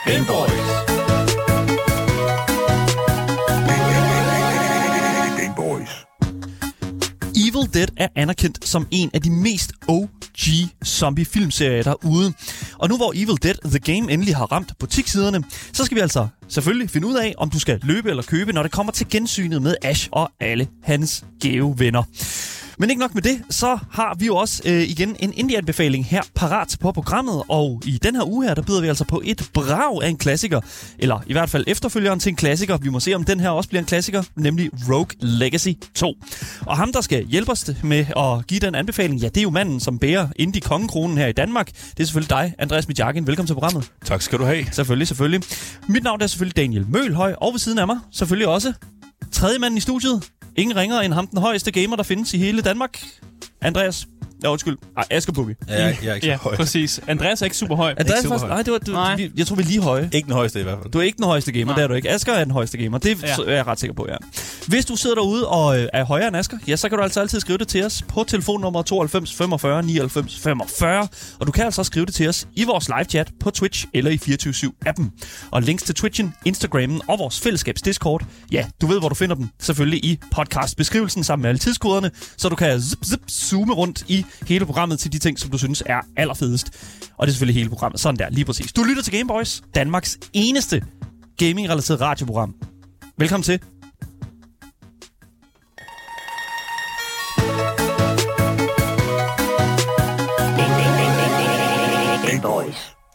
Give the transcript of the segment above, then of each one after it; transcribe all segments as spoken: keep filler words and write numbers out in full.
Game Boys. Game Boys. Evil Dead er anerkendt som en af de mest O G zombie-filmserier derude. Og nu hvor Evil Dead The Game endelig har ramt butikssiderne, så skal vi altså selvfølgelig finde ud af, om du skal løbe eller købe, når det kommer til gensynet med Ash og alle hans gave venner. Men ikke nok med det, så har vi jo også øh, igen en indie-anbefaling her parat på programmet. Og i den her uge her, der byder vi altså på et brag af en klassiker. Eller i hvert fald efterfølgeren til en klassiker. Vi må se, om den her også bliver en klassiker, nemlig Rogue Legacy to. Og ham, der skal hjælpe os med at give den anbefaling, ja, det er jo manden, som bærer indie-kongekronen her i Danmark. Det er selvfølgelig dig, Andreas Midjakin. Velkommen til programmet. Tak skal du have. Selvfølgelig, selvfølgelig. Mit navn er selvfølgelig Daniel Mølhøj, og ved siden af mig selvfølgelig også tredje manden i studiet. Ingen ringer end ham, den højeste gamer, der findes i hele Danmark. Andreas. Ja, undskyld. Ej, Asger Bugge. Ja, jeg, jeg er ikke ja, så høj. præcis. Andreas er ikke super høj. Andreas super faktisk, høj. nej, det var, du, Nej. Vi, jeg tror, vi er lige høje. Ikke den højeste i hvert fald. Du er ikke den højeste gamer, Nej. det er du ikke. Asger er den højeste gamer, det Ja. er jeg ret sikker på, ja. Hvis du sidder derude og øh, er højere end Asger, ja, så kan du altså altid skrive det til os på telefonnummer tooghalvfems femogfyrre nioghalvfems femogfyrre. Og du kan altså også skrive det til os i vores live-chat på Twitch eller i fireogtyve syv appen. Og links til Twitchen, Instagrammen og vores fællesskabs Discord, ja, du ved, hvor du finder dem. Selvfølgelig i podcastbeskrivelsen sammen med alle tidskoderne, så du kan zip, zip, zoome rundt i hele programmet til de ting, som du synes er allerfedest. Og det er selvfølgelig hele programmet. Sådan der, lige præcis. Du lytter til Game Boys, Danmarks eneste gaming-relateret radioprogram. Velkommen til. Game Boys.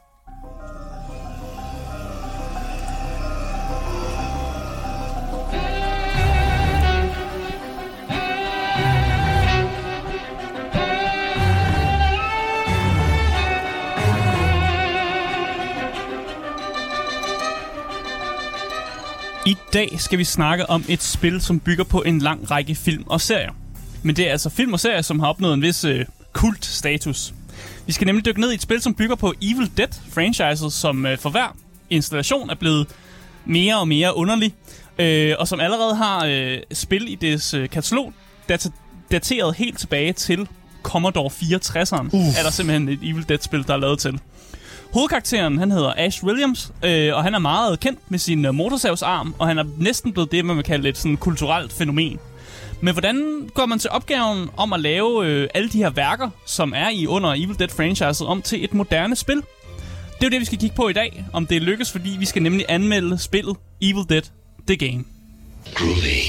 I dag skal vi snakke om et spil, som bygger på en lang række film og serier. Men det er altså film og serier, som har opnået en vis øh, kult-status. Vi skal nemlig dykke ned i et spil, som bygger på Evil Dead-franchiset, som øh, for hver installation er blevet mere og mere underlig, øh, og som allerede har øh, spil i deres øh, katalog, dat- dateret helt tilbage til Commodore fireogtresseren. Uh. Er der simpelthen et Evil Dead-spil, der er lavet til. Hovedkarakteren, han hedder Ash Williams, øh, og han er meget kendt med sin øh, motorsavsarm, og han er næsten blevet det, man vil kalde et sådan kulturelt fænomen. Men hvordan går man til opgaven om at lave øh, alle de her værker, som er i under Evil Dead-franchiset, om til et moderne spil? Det er jo det, vi skal kigge på i dag, om det lykkes, fordi vi skal nemlig anmelde spillet Evil Dead The Game. Groovy.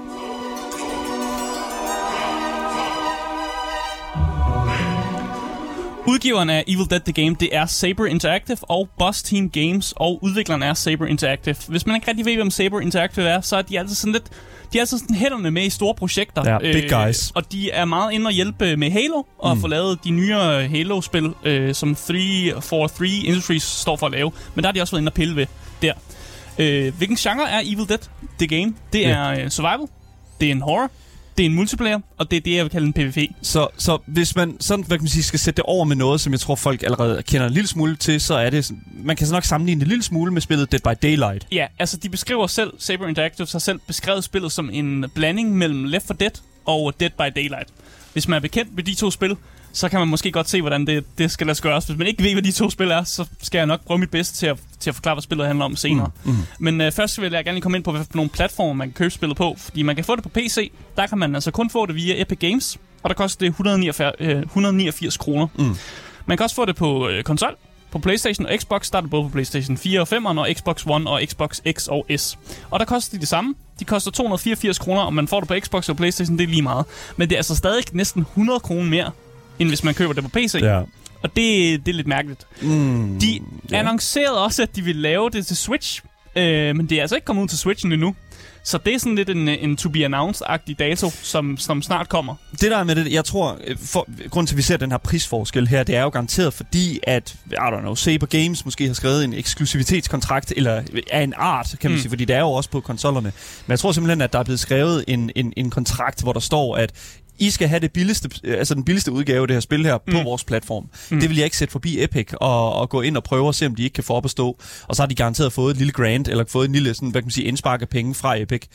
Udgiveren af Evil Dead The Game, det er Saber Interactive og Boss Team Games, og udvikleren er Saber Interactive. Hvis man ikke rigtig ved, hvem Saber Interactive er, så er de altid sådan lidt... De er altid sådan hænderne med i store projekter. Ja, big guys. Og de er meget inde og hjælpe med Halo, og mm. få lavet de nyere Halo-spil, øh, som tre fire tre Industries står for at lave. Men der har de også været inde og pille ved der. Øh, hvilken genre er Evil Dead The Game? Det er øh, survival, det er en horror, det er en multiplayer, og det er det, jeg vil kalde en PvP. Så, så hvis man sådan, hvad kan man sige, skal sætte det over med noget, som jeg tror, folk allerede kender en lille smule til, så er det sådan, man kan så nok sammenligne det en lille smule med spillet Dead by Daylight. Ja, altså de beskriver selv, Saber Interactive har selv beskrevet spillet som en blanding mellem Left four Dead og Dead by Daylight. Hvis man er bekendt med de to spil, så kan man måske godt se, hvordan det, det skal lade sig gøres. Hvis man ikke ved, hvad de to spil er, så skal jeg nok prøve mit bedste til at, til at forklare, hvad spillet handler om senere. Mm, mm. Men øh, først vil jeg gerne lige komme ind på, hvad for nogle platformer, man kan købe spillet på. Fordi man kan få det på P C, der kan man altså kun få det via Epic Games, og der koster det et hundrede og niogfirs kroner. Mm. Man kan også få det på øh, konsol, på PlayStation og Xbox. Der er det både på PlayStation fire og fem, og Xbox One og Xbox X og S. Og der koster de det samme. De koster to hundrede og fireogfirs kroner, og man får det på Xbox og PlayStation, det er lige meget. Men det er altså stadig næsten hundrede kroner mere, end hvis man køber det på P C. Ja. Og det, det er lidt mærkeligt. Mm, de ja. annoncerede også, at de ville lave det til Switch, øh, men det er altså ikke kommet ud til Switchen endnu. Så det er sådan lidt en, en to-be-announced-agtig dato, som, som snart kommer. Det der med det, jeg tror, for, grunden til, at vi ser den her prisforskel her, det er jo garanteret fordi, at, I don't know, Saber Games måske har skrevet en eksklusivitetskontrakt, eller af en art, kan man mm. sige, fordi det er jo også på konsollerne. Men jeg tror simpelthen, at der er blevet skrevet en, en, en kontrakt, hvor der står, at I skal have det billigste, altså den billigste udgave af det her spil her mm. på vores platform. Mm. Det vil jeg ikke sætte forbi Epic og, og gå ind og prøve at se, om de ikke kan få op at stå. Og så har de garanteret fået et lille grant, eller fået en lille sådan, hvad kan man sige, indspark af penge fra Epic.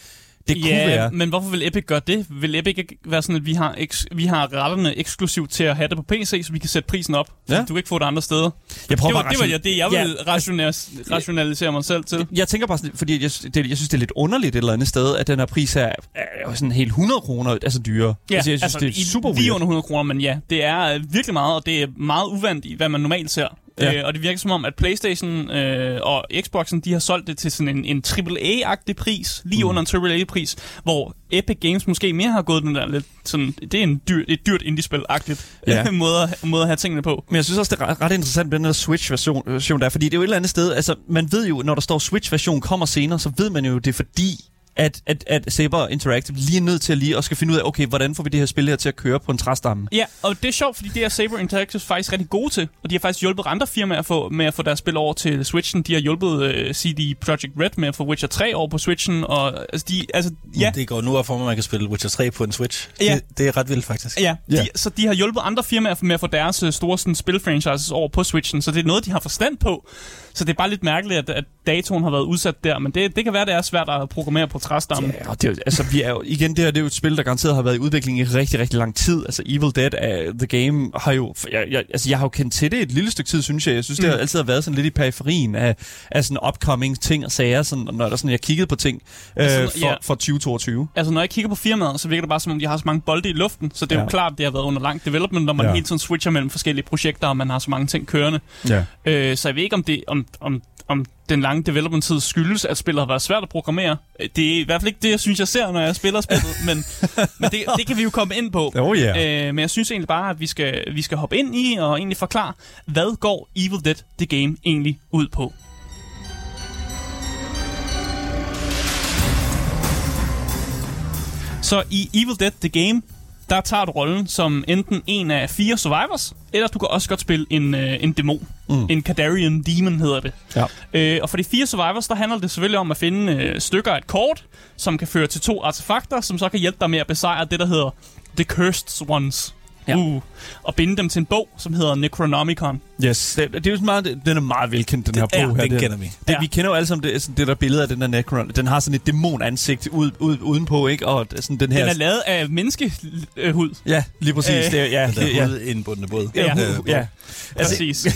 Det kunne ja, være. men hvorfor vil Epic gøre det? Vil Epic ikke være sådan, at vi har, eks- vi har retterne eksklusivt til at have det på P C, så vi kan sætte prisen op? Ja. Du kan ikke få det andre steder. Jeg prøver det var, bare det var ration- ja, det, jeg ville ja. rationalisere, rationalisere mig selv til. Jeg tænker bare sådan, fordi jeg, det, jeg synes, det er lidt underligt et eller andet sted, at den her pris her er sådan helt hundrede kroner, altså dyrere. Ja, altså, jeg synes, altså, det er super i, lige weird. under hundrede kroner, men ja, det er virkelig meget, og det er meget uvandt i, hvad man normalt ser. Ja. Øh, og det virker som om, at PlayStation øh, og Xboxen, de har solgt det til sådan en, en triple A-agtig pris, lige mm. under en triple A-pris, hvor Epic Games måske mere har gået den der lidt sådan, det er en dyr, et dyrt indie-spil-agtigt ja. måde, at, måde at have tingene på. Men jeg synes også, det er ret, ret interessant med den der Switch-version version der, fordi det er jo et eller andet sted, altså man ved jo, når der står Switch-version kommer senere, så ved man jo, det er fordi, at, at, at Saber Interactive lige er nødt til at lige og skal finde ud af, okay, hvordan får vi det her spil her til at køre på en træstamme? Ja, og det er sjovt, fordi det er Saber Interactive faktisk rigtig gode til, og de har faktisk hjulpet andre firmaer at få, med at få deres spil over til Switchen. De har hjulpet uh, C D Projekt Red med at få Witcher tre over på Switchen, og altså, de, altså ja. Det går nu op for mig, at man kan spille Witcher tre på en Switch. Ja. Det, det er ret vildt, faktisk. Ja, de, ja. så de har hjulpet andre firmaer med at få deres uh, store sådan, spil-franchises over på Switchen, så det er noget, de har forstand på. Så det er bare lidt mærkeligt, at, at datoen har været udsat der, men det, det kan være, det er svært at programmere på træstammen. Ja, og det er, jo- altså, vi er jo, igen, det her det er jo et spil, der garanteret har været i udvikling i rigtig, rigtig lang tid. Altså, Evil Dead, uh, The Game, har jo... Jeg, jeg, altså, jeg har jo kendt til det et lille stykke tid, synes jeg. Jeg synes, mm. det har altid har været sådan lidt i periferien af, af sådan upcoming ting og sager, sådan, når der sådan, jeg kiggede på ting øh, Altså, for, ja. for tyve toogtyve. Altså, når jeg kigger på firmaet, så virker det bare, som om de har så mange bolde i luften, så det er Ja. jo klart, det har været under lang development, når man Ja. hele tiden switcher mellem forskellige projekter, og man har så mange ting kørende. Ja. Øh, så jeg ved ikke, om det... Om, om om den lange development-tid skyldes, at spillet har været svært at programmere. Det er i hvert fald ikke det, jeg synes, jeg ser, når jeg spiller spillet, men, men det, det kan vi jo komme ind på. Oh, yeah. øh, men jeg synes egentlig bare, at vi skal, vi skal hoppe ind i og egentlig forklare, hvad går Evil Dead The Game egentlig ud på? Så i Evil Dead The Game, der tager du rollen som enten en af fire survivors, eller du kan også godt spille en, øh, en dæmon. Mm. En Kandarian Demon hedder det. Ja. Øh, og for de fire survivors, der handler det selvfølgelig om at finde øh, stykker af et kort, som kan føre til to artefakter, som så kan hjælpe dig med at besejre det, der hedder The Cursed Ones. Ja. Uh, og binde dem til en bog, som hedder Necronomicon. Yes, det, det er jo sådan meget, den er meget velkendt, den her Ja, bog her. den Det- kender vi. Det, Ja. Vi kender jo alle sammen det, sådan det der billede af den der Necron. Den har sådan et dæmonansigt ud, ud, udenpå, ikke? Og sådan den her... Den er lavet af menneskehud. Ja, lige præcis. Øh, det, er- ja, Den det, der ja. hovedindbundne båd. Ja. Øh, ja. Altså, Præcis.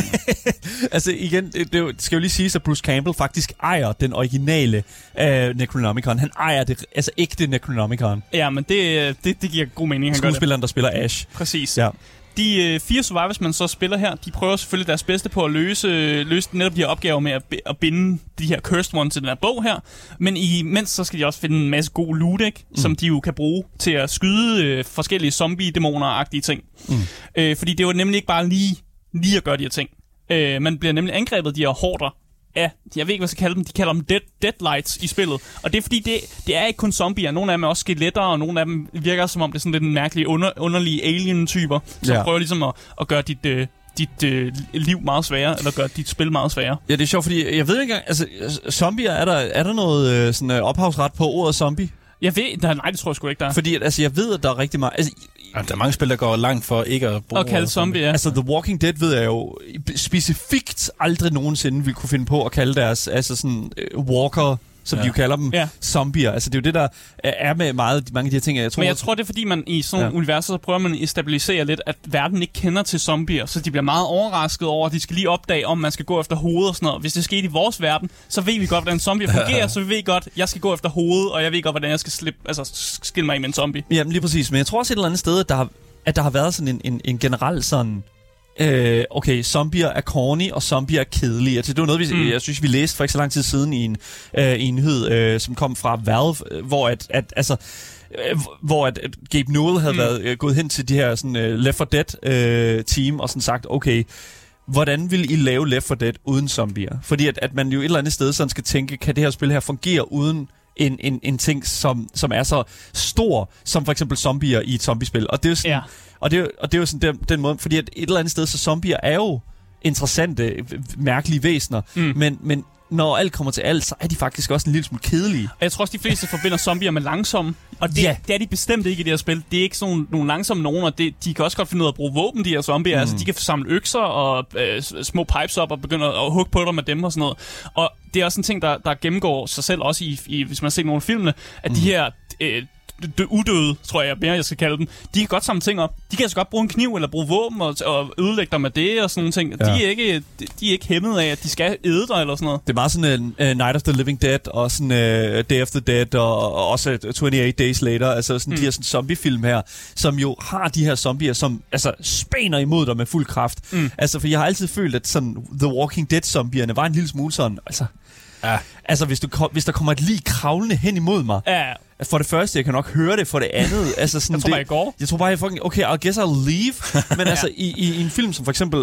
altså igen, det, det er jo- det skal jo lige siges, at Bruce Campbell faktisk ejer den originale uh, Necronomicon. Han ejer det, altså ægte Necronomicon. Ja, men det, det, det giver god mening, han gør det. Skuespilleren, der spiller Ash. Præcis. Ja. De øh, fire survivors, man så spiller her, de prøver selvfølgelig deres bedste på at løse, løse netop de her opgaver med at, bi- at binde de her Cursed Ones til den her bog her. Men imens så skal de også finde en masse god loot, ikke? Mm. Som de jo kan bruge til at skyde øh, forskellige zombie-dæmoner-agtige ting. Mm. Øh, fordi det er jo nemlig ikke bare lige, lige at gøre de her ting. Øh, man bliver nemlig angrebet af de her horder. Ja, jeg ved ikke, hvad jeg skal kalde dem. De kalder dem dead, deadlights i spillet. Og det er fordi, det, det er ikke kun zombier. Nogle af dem er også skeletter, og nogle af dem virker som om, det er sådan lidt en mærkelig, under, underlige alien-typer, som Ja. prøver ligesom at, at gøre dit, øh, dit øh, liv meget sværere, eller gøre dit spil meget sværere. Ja, det er sjovt, fordi jeg ved ikke engang, altså zombier, er der, er der noget øh, sådan, øh, ophavsret på ordet zombie? Jeg ved, der, nej, det tror jeg sgu ikke, der er. Fordi altså, jeg ved, at der er rigtig meget... Altså, Der er mange spil, der går langt for ikke at bruge... At kalde zombie, ja. Altså, The Walking Dead ved jeg jo specifikt aldrig nogensinde vil kunne finde på at kalde deres, altså sådan, uh, walker, som ja. de jo kalder dem, Ja. zombier. Altså, det er jo det, der er med meget, mange af de her ting. Jeg tror, Men jeg tror, det er fordi, man i sådan nogle Ja. universer, så prøver man at stabilisere lidt, at verden ikke kender til zombier, så de bliver meget overrasket over, at de skal lige opdage, om man skal gå efter hovedet og sådan noget. Hvis det skete i vores verden, så ved vi godt, hvordan en zombie fungerer, så vi ved godt, jeg skal gå efter hovedet, og jeg ved godt, hvordan jeg skal slippe, altså skille mig af med en zombie. Jamen, lige præcis. Men jeg tror også et eller andet sted, at der har, at der har været sådan en, en, en generel sådan... Øh, okay, zombier er corny, og zombier er kedelige. Altså, det var noget, vi, mm. jeg synes, vi læste for ikke så lang tid siden i en, øh, i en nyhed, øh, som kom fra Valve, øh, hvor at, at altså... øh, hvor at, at Gabe Newell havde mm. været øh, gået hen til de her sådan, øh, Left four Dead øh, team og sådan sagt, okay, hvordan vil I lave Left four Dead uden zombier? Fordi at, at man jo et eller andet sted sådan skal tænke, kan det her spil her fungere uden en, en, en ting, som, som er så stor, som for eksempel zombier i et zombiespil. Og det er jo sådan, Ja. og det er, jo- og det er jo sådan den, den måde, fordi at et eller andet sted, så zombier er jo interessante, mærkelige væsener, mm. men, men når alt kommer til alt, så er de faktisk også en lille smule kedelige. Og jeg tror også, de fleste forbinder zombier med langsomme. Og det, Ja. det er de bestemt ikke i det her spil. Det er ikke sådan nogle langsomme nogen, og det, de kan også godt finde ud af at bruge våben, de her zombier. Mm. Altså, de kan samle økser og øh, s- små pipes op og begynde at hugge på dig med dem og sådan noget. Og det det er også en ting, der, der gennemgår sig selv, også i, i, hvis man har set nogle af filmene, at mm. de her øh, d- udøde, tror jeg mere, jeg skal kalde dem, de kan godt samle ting op. De kan altså godt bruge en kniv, eller bruge våben, og, og ødelægge dig med det, og sådan nogle ting. Ja. De, er ikke, de er ikke hæmmet af, at de skal æde dig, eller sådan noget. Det er meget sådan uh, Night of the Living Dead, og sådan uh, Day of the Dead, og, og også twenty-eight Days Later, altså sådan mm. de her sådan zombiefilm her, som jo har de her zombier, som altså spænder imod dig med fuld kraft. Mm. Altså, for jeg har altid følt, at sådan The Walking Dead-zombierne var en lille smule sådan, altså... Ja. Altså, hvis, du, hvis der kommer et lig kravlende hen imod mig... Ja. For det første, jeg kan nok høre det. For det andet, altså sådan... jeg tror bare, jeg går. Jeg tror bare, jeg fucking... Okay, I guess I'll leave. Men altså, i, i, i en film som for eksempel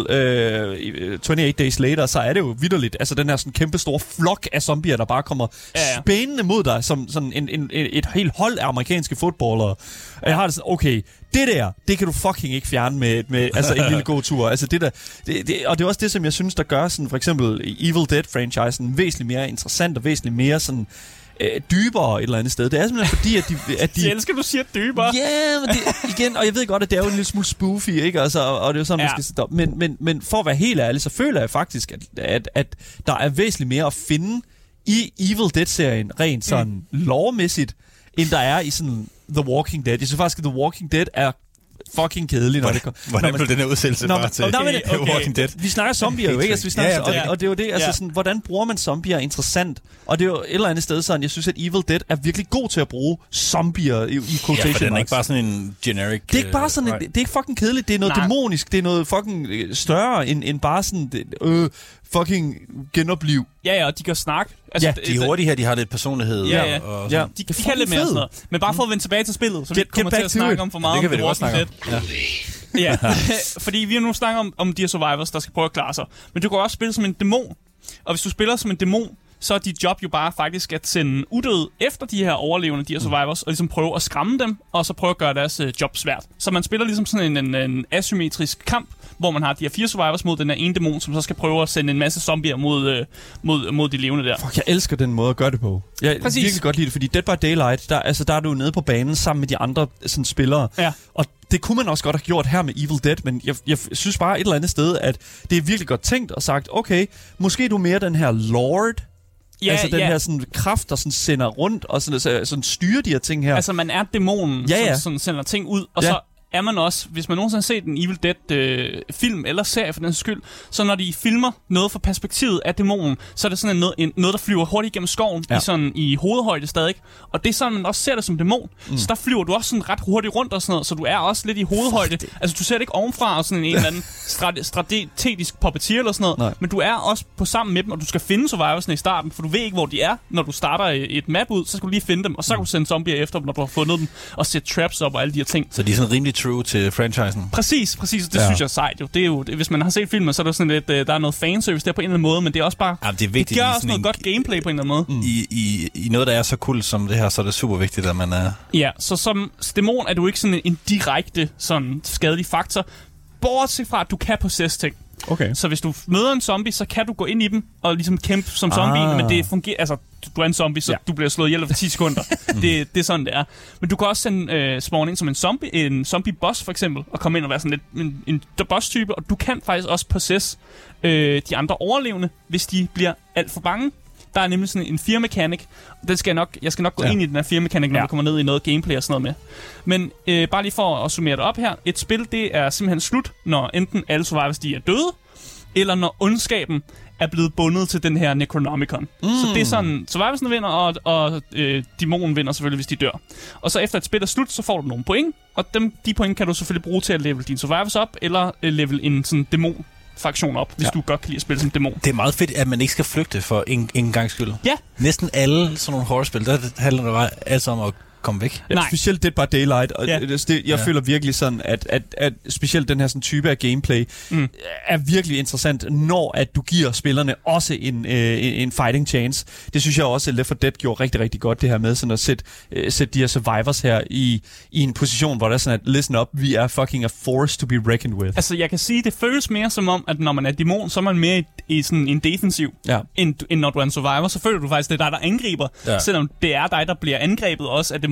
uh, twenty-eight Days Later, så er det jo vitterligt. Altså, den her sådan kæmpe store flok af zombier, der bare kommer ja, ja. spændende mod dig, som sådan en, en, et helt hold af amerikanske fodboldere. Og jeg har det sådan, okay... Det der, det kan du fucking ikke fjerne med, med altså en lille god tur. Altså det der, det, det, og det er også det, som jeg synes, der gør sådan, for eksempel Evil Dead-franchisen væsentligt mere interessant og væsentligt mere sådan øh, dybere et eller andet sted. Det er simpelthen fordi, at de... At de jeg elsker, du siger dybere. Ja, yeah, men det, igen, og jeg ved godt, at det er jo en lille smule spoofy, ikke? Altså, og det er jo sådan, ja. man skal stoppe. Men, men, men for at være helt ærlig, så føler jeg faktisk, at, at, at der er væsentligt mere at finde i Evil Dead-serien, rent sådan mm. lovmæssigt, end der er i sådan The Walking Dead. Jeg synes faktisk, at The Walking Dead er fucking kedelig, når hvordan, det kommer. Hvordan blev den her udsendelse bare til okay, okay, okay. Walking Dead? Vi snakker zombier jo, ikke? Altså, vi snakker, ja, ja, og, og det er jo det, altså ja. sådan, hvordan bruger man zombier interessant? Og det er jo et eller andet sted sådan, jeg synes, at Evil Dead er virkelig god til at bruge zombier i, i quotation marks. Ja, for den er ikke bare sådan en generic... Det er ikke bare sådan, uh, en, det er ikke fucking kedeligt, det er noget Nej. dæmonisk, det er noget fucking større end, end bare sådan, øh, fucking genopliv. Ja, ja, og de kan snakke. Altså, Ja, de er hurtige her, de har lidt personlighed. Ja, ja. Og, og Ja. De, de kan lidt mere sådan noget. Men bare for at vende tilbage til spillet, så vi Get- kommer get til back at to snakke it. om for meget det kan om vi The da godt Walking snakke om. Dead. Ja. Ja, fordi vi har nu snakket om, om de her survivors, der skal prøve at klare sig. Men du kan også spille som en dæmon. Og hvis du spiller som en dæmon, så er dit job jo bare faktisk at sende udøde efter de her overlevende, de her survivors, og ligesom prøve at skræmme dem, og så prøve at gøre deres øh, job svært. Så man spiller ligesom sådan en, en, en asymmetrisk kamp, hvor man har de her fire survivors mod den her ene dæmon, som så skal prøve at sende en masse zombier mod, øh, mod, mod de levende der. Fuck, jeg elsker den måde at gøre det på. Jeg Præcis. virkelig godt lide det, fordi Dead by Daylight, der, altså, der er du nede på banen sammen med de andre sådan, spillere. Ja. Og det kunne man også godt have gjort her med Evil Dead, men jeg, jeg synes bare et eller andet sted, at det er virkelig godt tænkt og sagt, okay, måske er du mere den her lord, ja, altså den ja. her sådan, kraft, der sådan, sender rundt og sådan, sådan, sådan styrer de her ting her. Altså, man er dæmonen, Ja, ja. som sådan sender ting ud, og Ja. så er man også, hvis man nogensinde har set en Evil Dead-film øh, eller serie for den skyld, så når de filmer noget fra perspektivet af dæmonen, så er det sådan en, en, noget, der flyver hurtigt gennem skoven, ja. i, sådan, i hovedhøjde stadig. Og det er sådan, man også ser det som dæmon. Mm. Så der flyver du også sådan ret hurtigt rundt og sådan noget, så du er også lidt i hovedhøjde. Altså, du ser det ikke ovenfra og sådan en, en eller anden strate- strategisk puppeteer eller sådan noget, Nej. men du er også på sammen med dem, og du skal finde survivorsne i starten, for du ved ikke, hvor de er. Når du starter et map ud, så skal du lige finde dem, og så kan du sende zombier efter dem, når du har fundet dem, og sætte traps op og alle de her ting. Så de er sådan rimelig true til franchisen. Præcis, præcis. Det Ja. synes jeg er sejt. Jo. Det er jo, det, hvis man har set filmen, så er der sådan lidt, øh, der er noget fanservice der på en eller anden måde, men det er også bare, Ja, det er vigtigt. det gør i også sådan noget en- godt gameplay på en eller anden måde. Mm. I, i, I noget, der er så cool som det her, så er det super vigtigt, at man er... Ja, så som dæmon er du ikke sådan en, en direkte sådan skadelig faktor, bortset fra, at du kan possess ting. Okay. Så hvis du møder en zombie, så kan du gå ind i dem og ligesom kæmpe som zombien, Ah. men det fungerer, altså du er en zombie, så Ja. du bliver slået ihjel efter ti sekunder. det, det er sådan, det er. Men du kan også sende, øh, spawn ind som en zombie, en zombie-boss for eksempel, og komme ind og være sådan lidt en, en boss-type, og du kan faktisk også possess øh, de andre overlevende, hvis de bliver alt for bange. Der er nemlig sådan en fear mechanic. Den skal jeg nok, jeg skal nok gå Ja. ind i den her fear mechanic, når Ja. vi kommer ned i noget gameplay og sådan noget med. Men øh, bare lige for at summere det op her. Et spil, det er simpelthen slut, når enten alle survivors de er døde, eller når ondskaben er blevet bundet til den her Necronomicon. Mm. Så det er sådan, survivorsne vinder, og, og øh, dæmonen vinder selvfølgelig, hvis de dør. Og så efter et spil er slut, så får du nogle point, og dem, de point kan du selvfølgelig bruge til at level dine survivors op, eller øh, level en sådan dæmon fraktion op, hvis Ja. du godt kan lide at spille som dæmon. Det er meget fedt, at man ikke skal flygte for en, en gang skyld. Ja. Næsten alle sådan nogle horrorspil, der handler det bare alt om at komme væk. Ja, Nej. specielt Dead by Daylight, og Ja. ja. det, jeg Ja. føler virkelig sådan, at, at, at specielt den her sådan type af gameplay Mm. er virkelig interessant, når at du giver spillerne også en, øh, en, en fighting chance. Det synes jeg også, at Left four Dead gjorde rigtig, rigtig godt, det her med sådan at sætte, øh, sætte de her survivors her i, i en position, hvor der er sådan at, listen up, vi er fucking a force to be reckoned with. Altså, jeg kan sige, det føles mere som om, at når man er dæmon, så er man mere i, i sådan en defensiv, Ja. end, end når du er en survivor. Så føler du faktisk, det er dig, der angriber, Ja. selvom det er dig, der bliver angrebet også af dæmonen.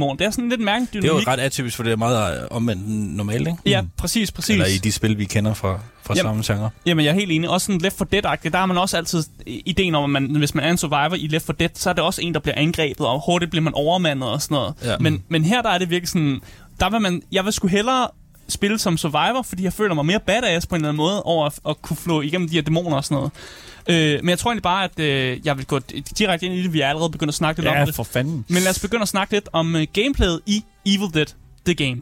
dæmon. Det er sådan lidt mærkeligt dynamik. Det er jo ret atypisk, for det er meget omvendt normalt, ikke? Ja, præcis, præcis. Eller i de spil, vi kender fra, fra Jamen, samme genre. Jamen, jeg er helt enig. Også sådan Left four Dead-agtigt. Der har man også altid ideen om, at man, hvis man er en survivor i Left four Dead, så er det også en, der bliver angrebet, og hurtigt bliver man overmandet og sådan noget. Ja. Men, men her der er det virkelig sådan... Der vil man, jeg vil sgu hellere spille som survivor, fordi jeg føler mig mere badass på en eller anden måde over at, at kunne flå igennem de her dæmoner og sådan noget. Øh, men jeg tror egentlig bare, at øh, jeg vil gå direkte ind i det. Vi er allerede begyndt at snakke lidt Ja, om det. for fanden. Men lad os begynde at snakke lidt om uh, gameplayet i Evil Dead The Game.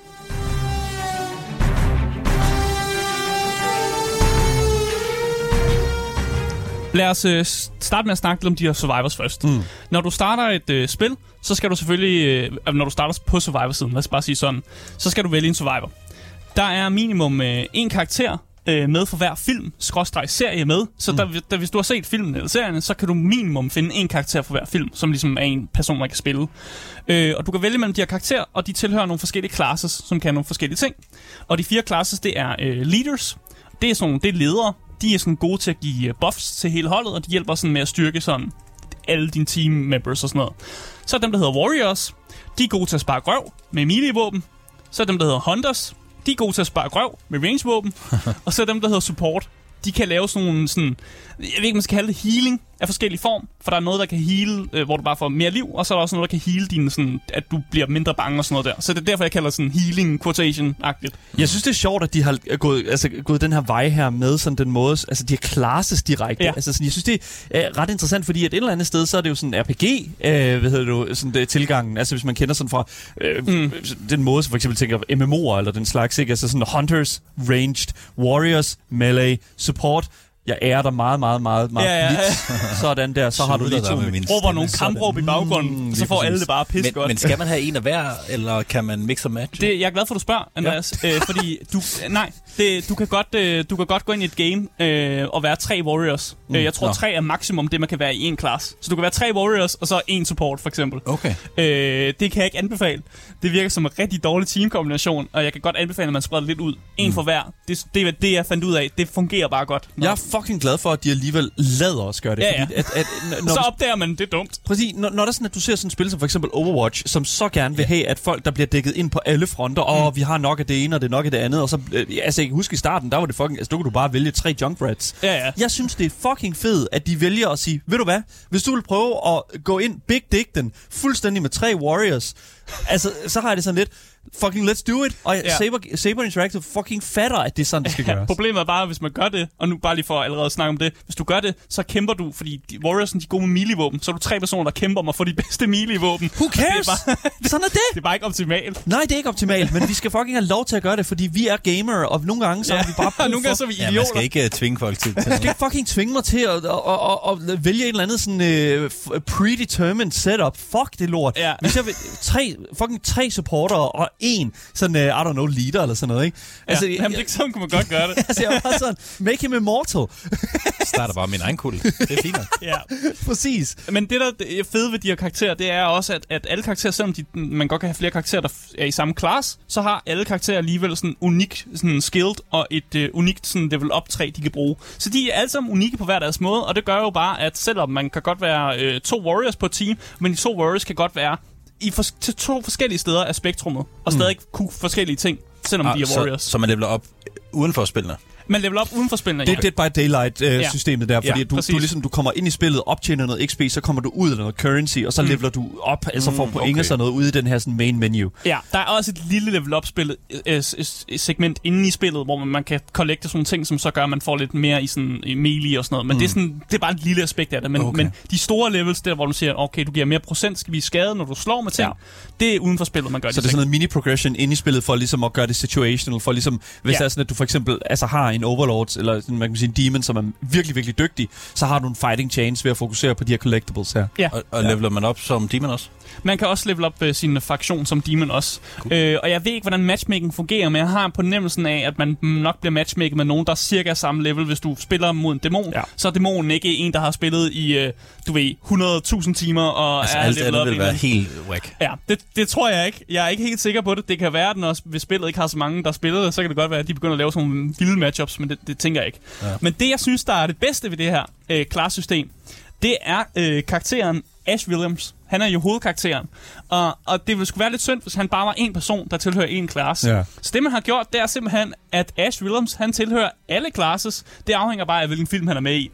Lad os øh, starte med at snakke lidt om de her survivors først. Mm. Når du starter et øh, spil, så skal du selvfølgelig... Øh, når du starter på survivor-siden, lad os bare sige sådan, så skal du vælge en survivor. Der er minimum øh, en karakter øh, med for hver film, skråstreg serie med. Så mm. der, der, hvis du har set filmen eller serien, så kan du minimum finde en karakter for hver film, som ligesom er en person, der kan spille. Øh, og du kan vælge mellem de her karakterer, og de tilhører nogle forskellige classes, som kan nogle forskellige ting. Og de fire classes, det er øh, leaders. Det er sådan, det er ledere. De er sådan gode til at give buffs til hele holdet, og de hjælper sådan med at styrke sådan alle dine team members og sådan noget. Så er dem, der hedder warriors. De er gode til at spare røv med melee-våben. Så er dem, der hedder hunters. De er gode til at spare røv med range-våben. Og så er dem, der hedder support. De kan lave sådan nogle, sådan, jeg ved ikke, man skal kalde det healing af forskellige form. For der er noget, der kan heal, øh, hvor du bare får mere liv. Og så er der også noget, der kan heal din, sådan, at du bliver mindre bange og sådan noget der. Så det er derfor, jeg kalder det sådan healing quotation-agtigt. Jeg synes, det er sjovt, at de har gået, altså, gået den her vej her med sådan den måde, altså de har classes direkte. Ja. Altså, sådan, jeg synes, det er ret interessant, fordi at et eller andet sted, så er det jo sådan R P G, øh, hvad hedder det, sådan det, tilgangen. Altså hvis man kender sådan fra øh, mm. den måde, som for eksempel tænker M M O'er eller den slags, ikke? Altså sådan hunters, ranged, warriors, melee, support. Jeg ærer dig meget, meget, meget, meget ja, ja, ja. Sådan der, så har du lige to. Råber nogle kampråb i baggrunden, mm, så får alle det bare pisse men, godt. Men skal man have en af hver, eller kan man mix og match? Det, jeg er glad for, at du spørger, Andreas. Ja. øh, fordi du, nej, det, du, kan godt, øh, du kan godt gå ind i et game øh, og være tre warriors. Mm. Øh, jeg tror, Nå. tre er maksimum det, man kan være i en klasse. Så du kan være tre warriors, og så en support, for eksempel. Okay. Øh, det kan jeg ikke anbefale. Det virker som en rigtig dårlig teamkombination, og jeg kan godt anbefale, at man spreder lidt ud. En mm. for hver. Det, det er det, jeg fandt ud af. Det fungerer bare godt. Jeg er fucking glad for, at de alligevel lader os gøre det. Ja, ja. Fordi at, at, når så opdager man, det er dumt. Præcis. Når, når der er sådan, at du ser sådan et spil som for eksempel Overwatch, som så gerne vil have, at folk, der bliver dækket ind på alle fronter, og mm. vi har nok af det ene, og det er nok af det andet, og så, øh, altså jeg kan huske i starten, der var det fucking, altså du kan du bare vælge tre Junkrats. Ja, ja. Jeg synes, det er fucking fedt, at de vælger at sige, ved du hvad, hvis du vil prøve at gå ind big dick den, fuldstændig med tre warriors, altså, så har jeg det sådan lidt, fucking let's do it. Og ja. Saber, Saber Interactive fucking fatter, at det er sådan, det skal gøres. Problemet er bare, hvis man gør det, og nu bare lige for at allerede snakke om det, hvis du gør det, så kæmper du, fordi de, Warriorsen, de er gode med melee-våben, så er du tre personer, der kæmper om at få de bedste melee-våben. Who cares? Det er bare, sådan er det. Det er bare ikke optimalt. Nej, det er ikke optimalt, men vi skal fucking have lov til at gøre det, fordi vi er gamere, og nogle gange så ja. er vi bare og nogle gange så er vi idioter. Ja, man skal ikke uh, tvinge folk til det. Du skal ikke fucking tvinge mig til at, at, at, at, at vælge et eller andet sådan uh, predetermined setup. Fuck det lort. Ja. Hvis jeg vil, tre, fucking tre supporter og en sådan, uh, I don't know, leader eller sådan noget, ikke? Altså, ja, jamen, det, sådan kunne man godt gøre det. altså, jeg var bare sådan, make him immortal. Starter bare min egen kult. Det er fint. Ja. Præcis. Men det, der er fede ved de her karakterer, det er også, at, at alle karakterer, selvom de, man godt kan have flere karakterer, der er i samme klasse, så har alle karakterer alligevel sådan unik sådan skilled og et uh, unikt sådan level up træ, de kan bruge. Så de er alle sammen unikke på hver deres måde, og det gør jo bare, at selvom man kan godt være uh, to warriors på et team, men de to warriors kan godt være i for, til to forskellige steder af spektrummet, og mm. stadig kunne forskellige ting, selvom ah, de er warriors. Så, så man leveler op uden for spillene? Man leveler op uden for spillene. Det er Dead by Daylight-systemet øh, ja. der, fordi ja, du, du, ligesom, du kommer ind i spillet, optjener noget X P, så kommer du ud af noget currency, og så mm. leveler du op, altså får point okay. og sådan noget ude i den her sådan, main menu. Ja, der er også et lille level up spillet, øh, segment inde i spillet, hvor man, man kan collecte sådan nogle ting, som så gør, at man får lidt mere i, sådan, i melee og sådan noget. Men mm. det, er sådan, det er bare et lille aspekt af det. Men, okay. men de store levels, der hvor du siger, okay, du giver mere procent, skal vi skade, når du slår med ting, ja. Det er uden for spillet, man gør så det. Så det er sådan noget mini-progression inde i spillet, for ligesom at gøre det situational, for ligesom, hvis ja. det er sådan, at du for eksempel altså, har en overlord, eller sådan, man kan sige en demon, som er virkelig, virkelig dygtig, så har du en fighting chance ved at fokusere på de her collectibles her. Ja. Og, og leveler man op som demon også? Man kan også level op uh, sin fraktion som demon også. Cool. Øh, og jeg ved ikke, hvordan matchmaking fungerer, men jeg har på fornemmelsen af, at man nok bliver matchmaket med nogen, der er cirka samme level. Hvis du spiller mod en dæmon, ja. så er dæmonen ikke en, der har spillet i, uh, du ved, hundrede tusind timer og altså, er alt level op. vil være helt whack. Ja, det, det tror jeg ikke. Jeg er ikke helt sikker på det. Det kan være, at når, hvis spillet ikke har så mange, der spiller det, så kan det godt være, at de begynder at lave sådan nogle vilde matchups, men det, det tænker jeg ikke. Ja. Men det, jeg synes, der er det bedste ved det her øh, klassesystem, det er øh, karakteren Ash Williams. Han er jo hovedkarakteren. Og, og det ville sgu være lidt synd, hvis han bare var en person, der tilhører en klasse. Ja. Så det, man har gjort, det er simpelthen, at Ash Williams, han tilhører alle classes. Det afhænger bare af, hvilken film han er med i.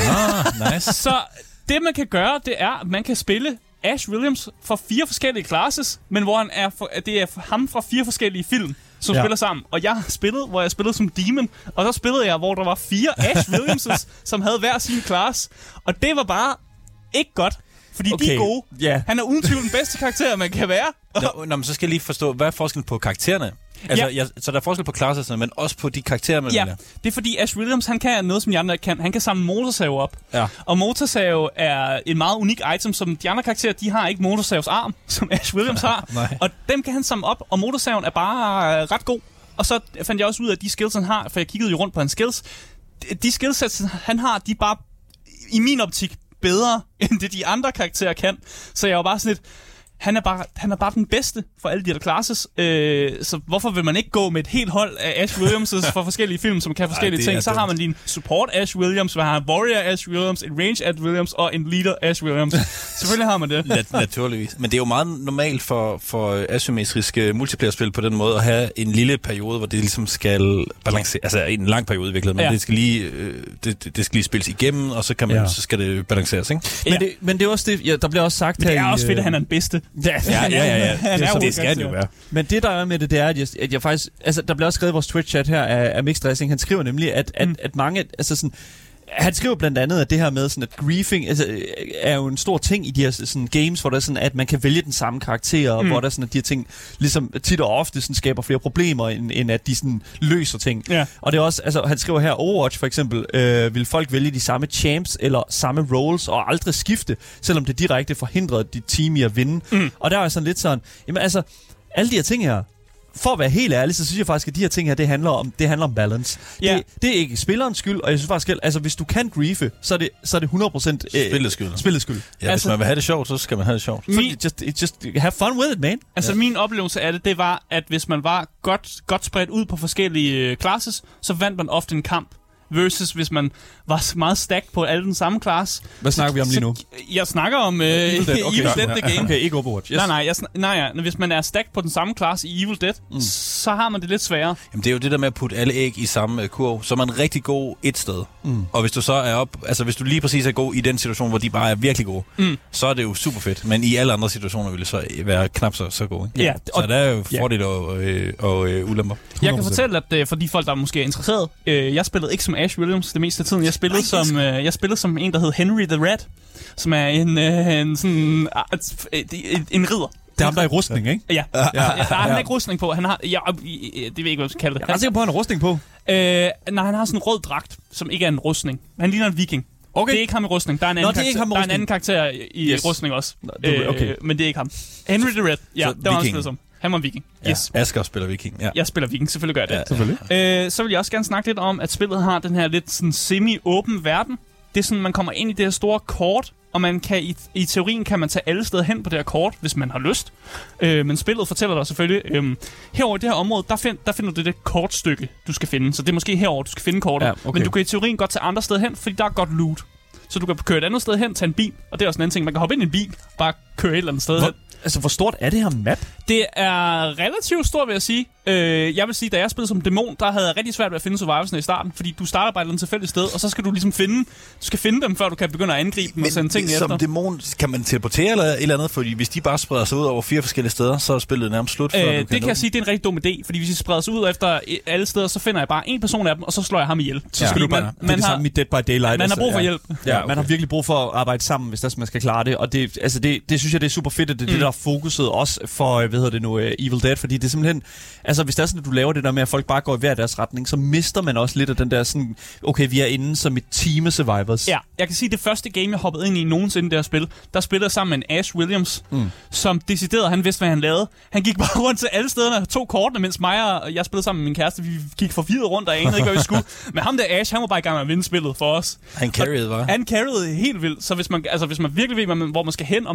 Ah, nice. Så det, man kan gøre, det er, at man kan spille Ash Williams fra fire forskellige classes, men hvor han er for, det er ham fra fire forskellige film, som ja. spiller sammen. Og jeg har spillet, hvor jeg spillede som Demon, og så spillede jeg, hvor der var fire Ash Williamses, som havde hver sin class. Og det var bare ikke godt, fordi okay. de er gode. Yeah. Han er uden tvivl den bedste karakter, man kan være. Nå, nå, men så skal jeg lige forstå, hvad er forskellen på karaktererne? Altså, Ja. jeg, så der er forskel på klasserne, men også på de karakterer, man Ja, vælger. det er fordi Ash Williams, han kan noget, som de andre ikke kan. Han kan samle motorsave op. Ja. Og motorsave er en meget unik item, som de andre karakterer, de har ikke motorsaves arm, som Ash Williams har. Nej. Og dem kan han samle op, og motorsaven er bare øh, ret god. Og så fandt jeg også ud af, at de skills, han har, for jeg kiggede jo rundt på hans skills, de, de skills, han har, de er bare, i min optik, bedre, end det de andre karakterer kan. Så jeg var bare sådan lidt, han er bare, han er bare den bedste for alle de der classes. Øh, så hvorfor vil man ikke gå med et helt hold af Ash Williams for forskellige film, som kan forskellige Ej, ting? Så dumt. har man lige en support Ash Williams, man har en warrior Ash Williams, en range Ash Williams og en leader Ash Williams. Selvfølgelig har man det. Nat- naturligvis. Men det er jo meget normalt for, for asymmetriske multiplayer-spil på den måde at have en lille periode, hvor det ligesom skal balancere. Altså en lang periode virkelig, men Ja. det skal lige øh, det, det skal lige spilles igennem, og så kan man Ja. så skal det balanceres, ikke? Men, Ja. det, men det er også det, ja, der bliver også sagt Men det her er i, også fedt, øh, at han er den bedste. Ja, Ja, ja, ja. ja. Han er det, jo det skal han jo karakter. være. Men det, der er med det, det er, at jeg, at jeg faktisk... Altså, der bliver også skrevet i vores Twitch-chat her af, af Mixed Dressing. Han skriver nemlig, at, at, Mm. at mange... Altså sådan, han skriver blandt andet, at det her med sådan, at griefing altså, er jo en stor ting i de her sådan, games, hvor der er sådan, at man kan vælge den samme karakter, og Mm. hvor der sådan, at de her ting ligesom tit og ofte sådan, skaber flere problemer, end, end at de sådan, løser ting. Ja. Og det er også, altså, han skriver her, Overwatch for eksempel, øh, vil folk vælge de samme champs eller samme roles og aldrig skifte, selvom det direkte forhindrer dit team i at vinde. Mm. Og der er sådan lidt sådan, jamen altså, alle de her ting her, for at være helt ærlig, så synes jeg faktisk, at de her ting her, det handler om, det handler om balance. Ja. Det, det er ikke spillerens skyld, og jeg synes faktisk, at altså, hvis du kan griefe, så er det, så er det hundrede procent øh, Spillets skyld. spillets skyld. Ja, hvis Altså- man vil have det sjovt, så skal man have det sjovt. Så Min- just, it just have fun with it, man. Altså, min oplevelse af det, det var, at hvis man var godt, godt spredt ud på forskellige øh, classes, så vandt man ofte en kamp. Versus hvis man var meget stacked på alle den samme class. Hvad snakker vi om lige nu? Så, jeg snakker om øh, Evil Dead, Okay. Evil Dead The Game. Okay, ikke Overwatch. Yes. Nej, nej, jeg sn- nej ja. Hvis man er stacked på den samme klasse i Evil Dead, mm. så har man det lidt sværere. Jamen, det er jo det der med at putte alle æg i samme øh, kurv, så er man rigtig god et sted. Mm. Og hvis du så er op, altså hvis du lige præcis er god i den situation, hvor de bare er virkelig gode, Mm. så er det jo super fedt. Men i alle andre situationer vil det så være knap så, så gode. Ikke? Ja, Så og- der er jo ja. fordele og, øh, og øh, ulemper. Jeg kan hundrede procent. fortælle, at øh, for de folk, der er måske er interesseret, øh, jeg spillede ikke som Ash Williams det meste af tiden. Jeg spillede, som, øh, jeg spillede som en, der hed Henry the Red, som er en, øh, en sådan uh, en, en ridder. Det er ham, der er i rustning, ikke? Ja, ja, ja. Der er han ja. ikke rustning på. Han har, ja, det ved jeg ikke, hvad jeg skal kalde det. Jeg er ret sikker på, at han har rustning på. Øh, nej, han har sådan en rød dragt, som ikke er en rustning. Han ligner en viking. Okay. Det er ikke ham i rustning. Der er en Nå, anden, det er ikke karakter, ham i der er en rustning. anden karakter i Yes. rustning også. Nå, det- okay. Øh, men det er ikke ham. Henry the Red. Ja, Så det var han viking. spillet som. Han var en viking. Ja. Yes. Asger spiller viking. Ja. Jeg spiller viking, selvfølgelig gør jeg det. Ja, selvfølgelig. Øh, så vil jeg også gerne snakke lidt om, at spillet har den her lidt sådan semi-åben verden. Det er sådan, man kommer ind i det her store kort, og man kan i, i teorien kan man tage alle steder hen på det her kort, hvis man har lyst. Øh, men spillet fortæller dig selvfølgelig, øh, herover i det her område, der, find, der finder du det kortstykke, du skal finde. Så det er måske herover du skal finde kortet. Ja, okay. Men du kan i teorien godt tage andre steder hen, fordi der er godt loot. Så du kan køre et andet sted hen, tage en bil, og det er også en anden ting. Man kan hoppe ind i en bil, bare køre et eller andet sted Hvor, hen. altså, hvor stort er det her map? Det er relativt stort, vil jeg sige. Øh, jeg vil sige, da jeg spillede som dæmon, der havde jeg rigtig svært ved at finde survivorsne i starten, fordi du starter bare et eller andet tilfældigt sted, og så skal du ligesom finde, du skal finde dem, før du kan begynde at angribe dem og sende ting som efter. dæmon, kan man teleportere eller et eller andet? Fordi hvis de bare spreder sig ud over fire forskellige steder, så er spillet nærmest slut. før Øh, du det kan nå jeg sige, det er en rigtig dum idé, fordi hvis I spreder sig ud efter alle steder, så finder jeg bare en person af dem, og så slår jeg ham ihjel. Så skal Fordi du bare... man, det er man, det har, samme i Dead by Daylight. man har brug for ja. hjælp. Ja, Ja, okay. Man har virkelig brug for at arbejde sammen, hvis der, man skal klare det. Og det, altså det, det synes jeg, det er super fedt, at det er mm. det, der er fokuset også for, hvad hedder det nu, uh, Evil Dead. Fordi det er simpelthen... Altså, hvis det er sådan, at du laver det der med, at folk bare går i hver deres retning, så mister man også lidt af den der sådan... Okay, vi er inde som et team af survivors. Ja, jeg kan sige, det første game, jeg hoppede ind i nogensinde i det her spil, der spillede jeg sammen med en Ash Williams, mm. som decideret, han vidste, hvad han lavede. Han gik bare rundt til alle stederne og tog kortene, mens mig og jeg spillede sammen med min kæreste. Vi gik forvirret rundt og anede ikke, hvad vi skulle. Men ham der Ash, han var bare i gang med at vinde spillet for os. Han carried, var. Han carried helt vildt, så hvis man, altså, hvis man virkelig ved, hvor man skal hen, og man kender det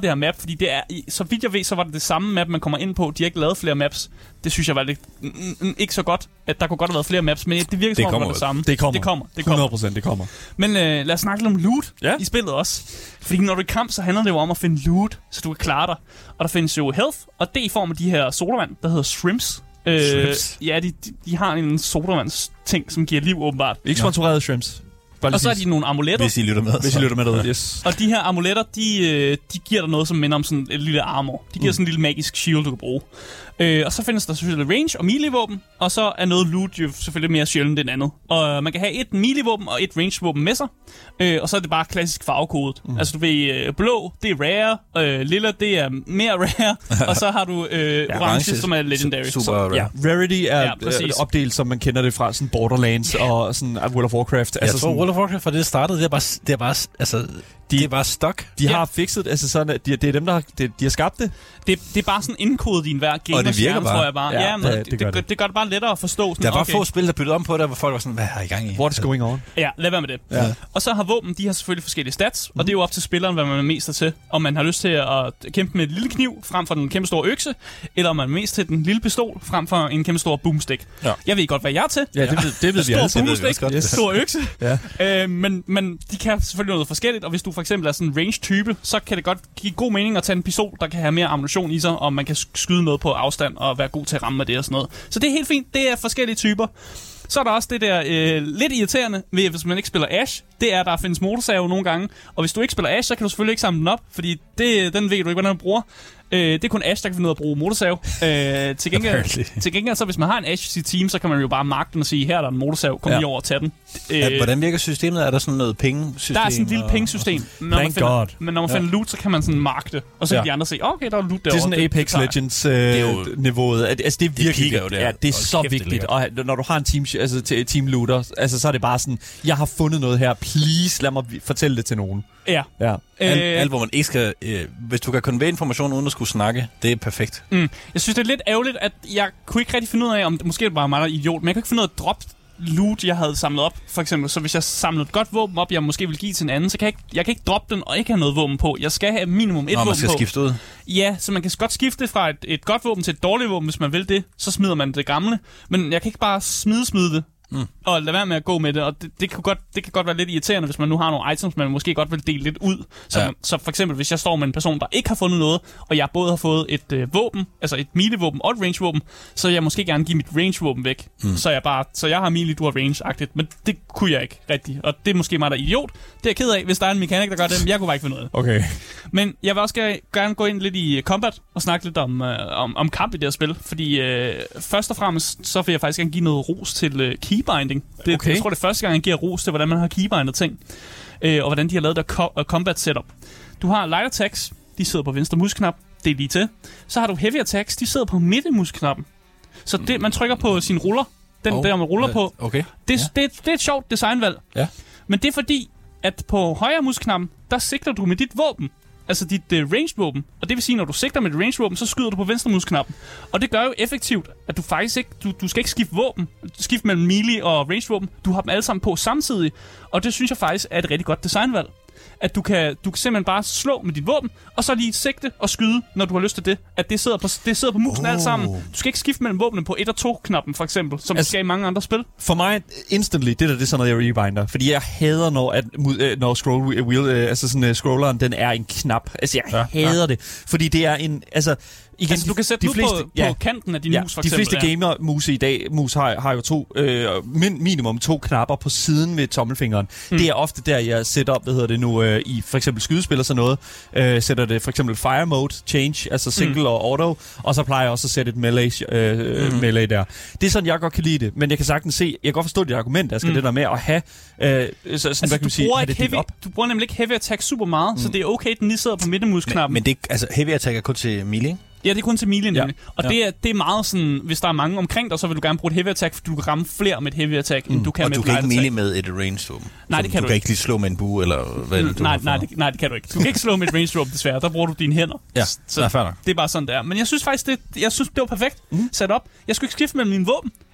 det her map, fordi det er, så vidt jeg ved, så var det det samme map, man kommer ind på. De har ikke lavet flere maps. Det synes jeg var lidt, mm, ikke så godt, at der kunne godt have været flere maps, men det virker som om det var det samme. Det kommer. Det kommer. Det kommer. hundrede procent, det kommer. Men øh, lad os snakke lidt om loot ja. i spillet også. Fordi når du er i kamp, så handler det jo om at finde loot, så du kan klare dig. Og der findes jo health, og det er i form af de her sodavand, der hedder shrimps. Øh, Shrimps? Ja, de, de, de har en sodavandsting, som giver liv åbenbart. Ikke sponsorerede shrimps. Og så er de nogle amuletter. Hvis I lytter med. Hvis I lytter med derude, yes. Og de her amuletter, de, de giver dig noget, som minder om sådan et lille armor. De giver mm. sådan en lille magisk shield, du kan bruge. Øh, og så findes der selvfølgelig range og melee-våben, og så er noget loot jo selvfølgelig mere sjældent end andet. Og man kan have et melee-våben og et range-våben med sig, øh, og så er det bare klassisk farvekodet. Mm. Altså du ved, øh, blå, det er rare, øh, lilla, det er mere rare, og så har du øh, ja, orange, som er legendary. Super så, rare. Ja, rarity er ja, øh, opdelt, som man kender det fra sådan Borderlands yeah. og sådan World of Warcraft. Jeg altså tror, sådan, World of Warcraft, for det startede, det er bare, det er bare, altså, de, det er bare stok. De har ja. fikset, altså sådan, at de, det er dem, der har, de, de har skabt det. Det, det er bare sådan indkodet i enhver gamer. Og det virker bare. Tror jeg bare. Ja, ja, men det, det, det, gør det, det, det gør det bare lettere at forstå. Sådan, der var okay. få spil, der byttede om på det, hvor folk var sådan, hvad har I gang i? What's going on? Ja, lad være med det. Ja. Og så har våben, de har selvfølgelig forskellige stats, mm. og det er jo op til spilleren, hvad man er mest til. Om man har lyst til at kæmpe med et lille kniv frem for den kæmpe store økse, eller om man er mest til den lille pistol frem for en kæmpe stor boomstick. Ja. Jeg ved godt, hvad jeg er til. Ja, det ved, det ved vi alle. Stor boomstick, yes. stor økse. ja. øh, men, men de kan selvfølgelig noget forskelligt, og hvis du for eksempel er sådan en range-type, så kan det godt give god mening at tage en pistol, der kan have mere ammunition i sig, og man kan skyde noget på afstand og være god til at ramme med det og sådan noget. Så det er helt fint. Det er forskellige typer. Så er der også det der øh, lidt irriterende ved, hvis man ikke spiller Ash, det er, at der findes motorsave nogle gange. Og hvis du ikke spiller Ash, så kan du selvfølgelig ikke samle den op, fordi det, den ved du ikke, hvordan man bruger. Øh, det er kun Ash, der kan finde ud af at bruge motorsave. Øh, til, gengæld, til gengæld, så hvis man har en Ash i sit team, så kan man jo bare marke den og sige, her er der en motorsave, kom ja. lige over og tag den. Øh, ja, hvordan virker systemet? Er der sådan noget pengesystem? Der er sådan et lille pengesystem. Når man finder, God. Men når man ja. finder loot, så kan man sådan marke det. Og så kan ja. de andre se, okay, der er loot derovre. Det er sådan Apex Legends-niveauet. Øh, altså, det er virkelig det jo ja, det er så kæft, vigtigt. Og når du har en team, altså, team looter, altså, så er det bare sådan, jeg har fundet noget her, please, lad mig fortælle det til nogen. Ja. ja. Alt, alt, hvor man ikke skal... Øh, hvis du kan konvey information uden at skulle snakke, det er perfekt. Mm. Jeg synes, det er lidt ærgerligt, at jeg kunne ikke rigtig finde ud af, om måske det var mig, der er idiot, men jeg kunne ikke finde ud af at droppe loot, jeg havde samlet op, for eksempel. Så hvis jeg samlede et godt våben op, jeg måske vil give til en anden, så kan jeg ikke, jeg kan ikke droppe den og ikke have noget våben på. Jeg skal have minimum et Nå, våben på. man skal på. skifte ud. Ja, så man kan godt skifte fra et, et godt våben til et dårligt våben, hvis man vil det. Så smider man det gamle. Men jeg kan ikke bare smide smide det. Mm. Og lade være med at gå med det. Og det, det, kan godt, det kan godt være lidt irriterende, hvis man nu har nogle items, man måske godt vil dele lidt ud. Så, ja. så for eksempel, hvis jeg står med en person, der ikke har fundet noget, og jeg både har fået et øh, våben, altså et melee-våben og et range-våben, så jeg måske gerne give mit range-våben væk. Mm. Så jeg bare, så jeg har melee, du har range-agtigt. Men det kunne jeg ikke rigtigt. Og det er måske mig, der er idiot. Det er jeg ked af, hvis der er en mekanik, der gør det. Men jeg kunne bare ikke finde noget. Okay. Men jeg vil også gerne gå ind lidt i combat og snakke lidt om, øh, om, om kamp i det her spil. Fordi øh, først og fremmest, så vil jeg faktisk gerne give noget ros til øh, keybinding. Det, okay. Jeg tror, det er første gang, jeg giver ros til, hvordan man har keybindet ting. Øh, og hvordan de har lavet der co- combat setup. Du har light attacks, de sidder på venstre musknap. Det er lige til. Så har du heavy attacks, de sidder på midte musknappen. Så det, man trykker på sin ruller. Den oh, der, man ruller uh, på. Okay. Det, ja. det, det, det er et sjovt designvalg. Ja. Men det er fordi, at på højre musknappen, der sigter du med dit våben. Altså dit uh, range-våben. Og det vil sige, når du sigter med dit range-våben, så skyder du på venstre musknappen. Og det gør jo effektivt, at du faktisk ikke... Du, du skal ikke skifte våben. Skifte mellem melee og range-våben. Du har dem alle sammen på samtidig. Og det synes jeg faktisk er et rigtig godt designvalg. At du kan, du kan simpelthen bare slå med dit våben, og så lige sigte og skyde, når du har lyst til det. At det sidder på, det sidder på musen oh. alt sammen. Du skal ikke skifte mellem våbnene på et og to-knappen, for eksempel, som altså, du skal i mange andre spil. For mig, instantly, det der det er sådan noget, jeg rebinder. Fordi jeg hader, når, at, når scroll wheel, altså sådan, uh, scrolleren, den er en knap. Altså, jeg ja, hader ja. det. Fordi det er en... Altså, igen, altså, du kan sætte de fleste, på, ja, på kanten af din ja, mus, for eksempel. De fleste ja. gamer-mus i dag mus har, har jo to, øh, min, minimum to knapper på siden ved tommelfingeren. Mm. Det er ofte der, jeg sætter op, hvad hedder det nu, øh, i for eksempel skydespil og sådan noget. Øh, sætter det for eksempel fire mode, change, altså single mm. og auto. Og så plejer jeg også at sætte et melee, øh, mm. melee der. Det er sådan, jeg godt kan lide det. Men jeg kan sagtens se, jeg kan godt forstå dit argument, der skal mm. det der med at have, øh, så, sådan, altså, hvad kan man sige, have det heavy, op. Du bruger nemlig ikke heavy attack super meget, mm. så det er okay, den lige sidder på midtemusknappen. Men, men det, altså, heavy attack er kun til melee? Ja, det er kun til melee, ja. Og ja. det, er, det er meget sådan, hvis der er mange omkring dig, så vil du gerne bruge et heavy attack, for du kan ramme flere med et heavy attack, mm. end du kan og med et light attack. Og du kan ikke melee med et range våben? Nej, det kan du, du, du kan ikke lige slå med en bue, eller hvad mm, det, du nej, nej, det, nej, det kan du ikke. Du kan ikke slå med et range våben, desværre. Der bruger du dine hænder. Ja, så nej, det er bare sådan, der. Men jeg synes faktisk, det, jeg synes, det var perfekt mm. sat op. Jeg skulle ikke skifte mellem mine våben.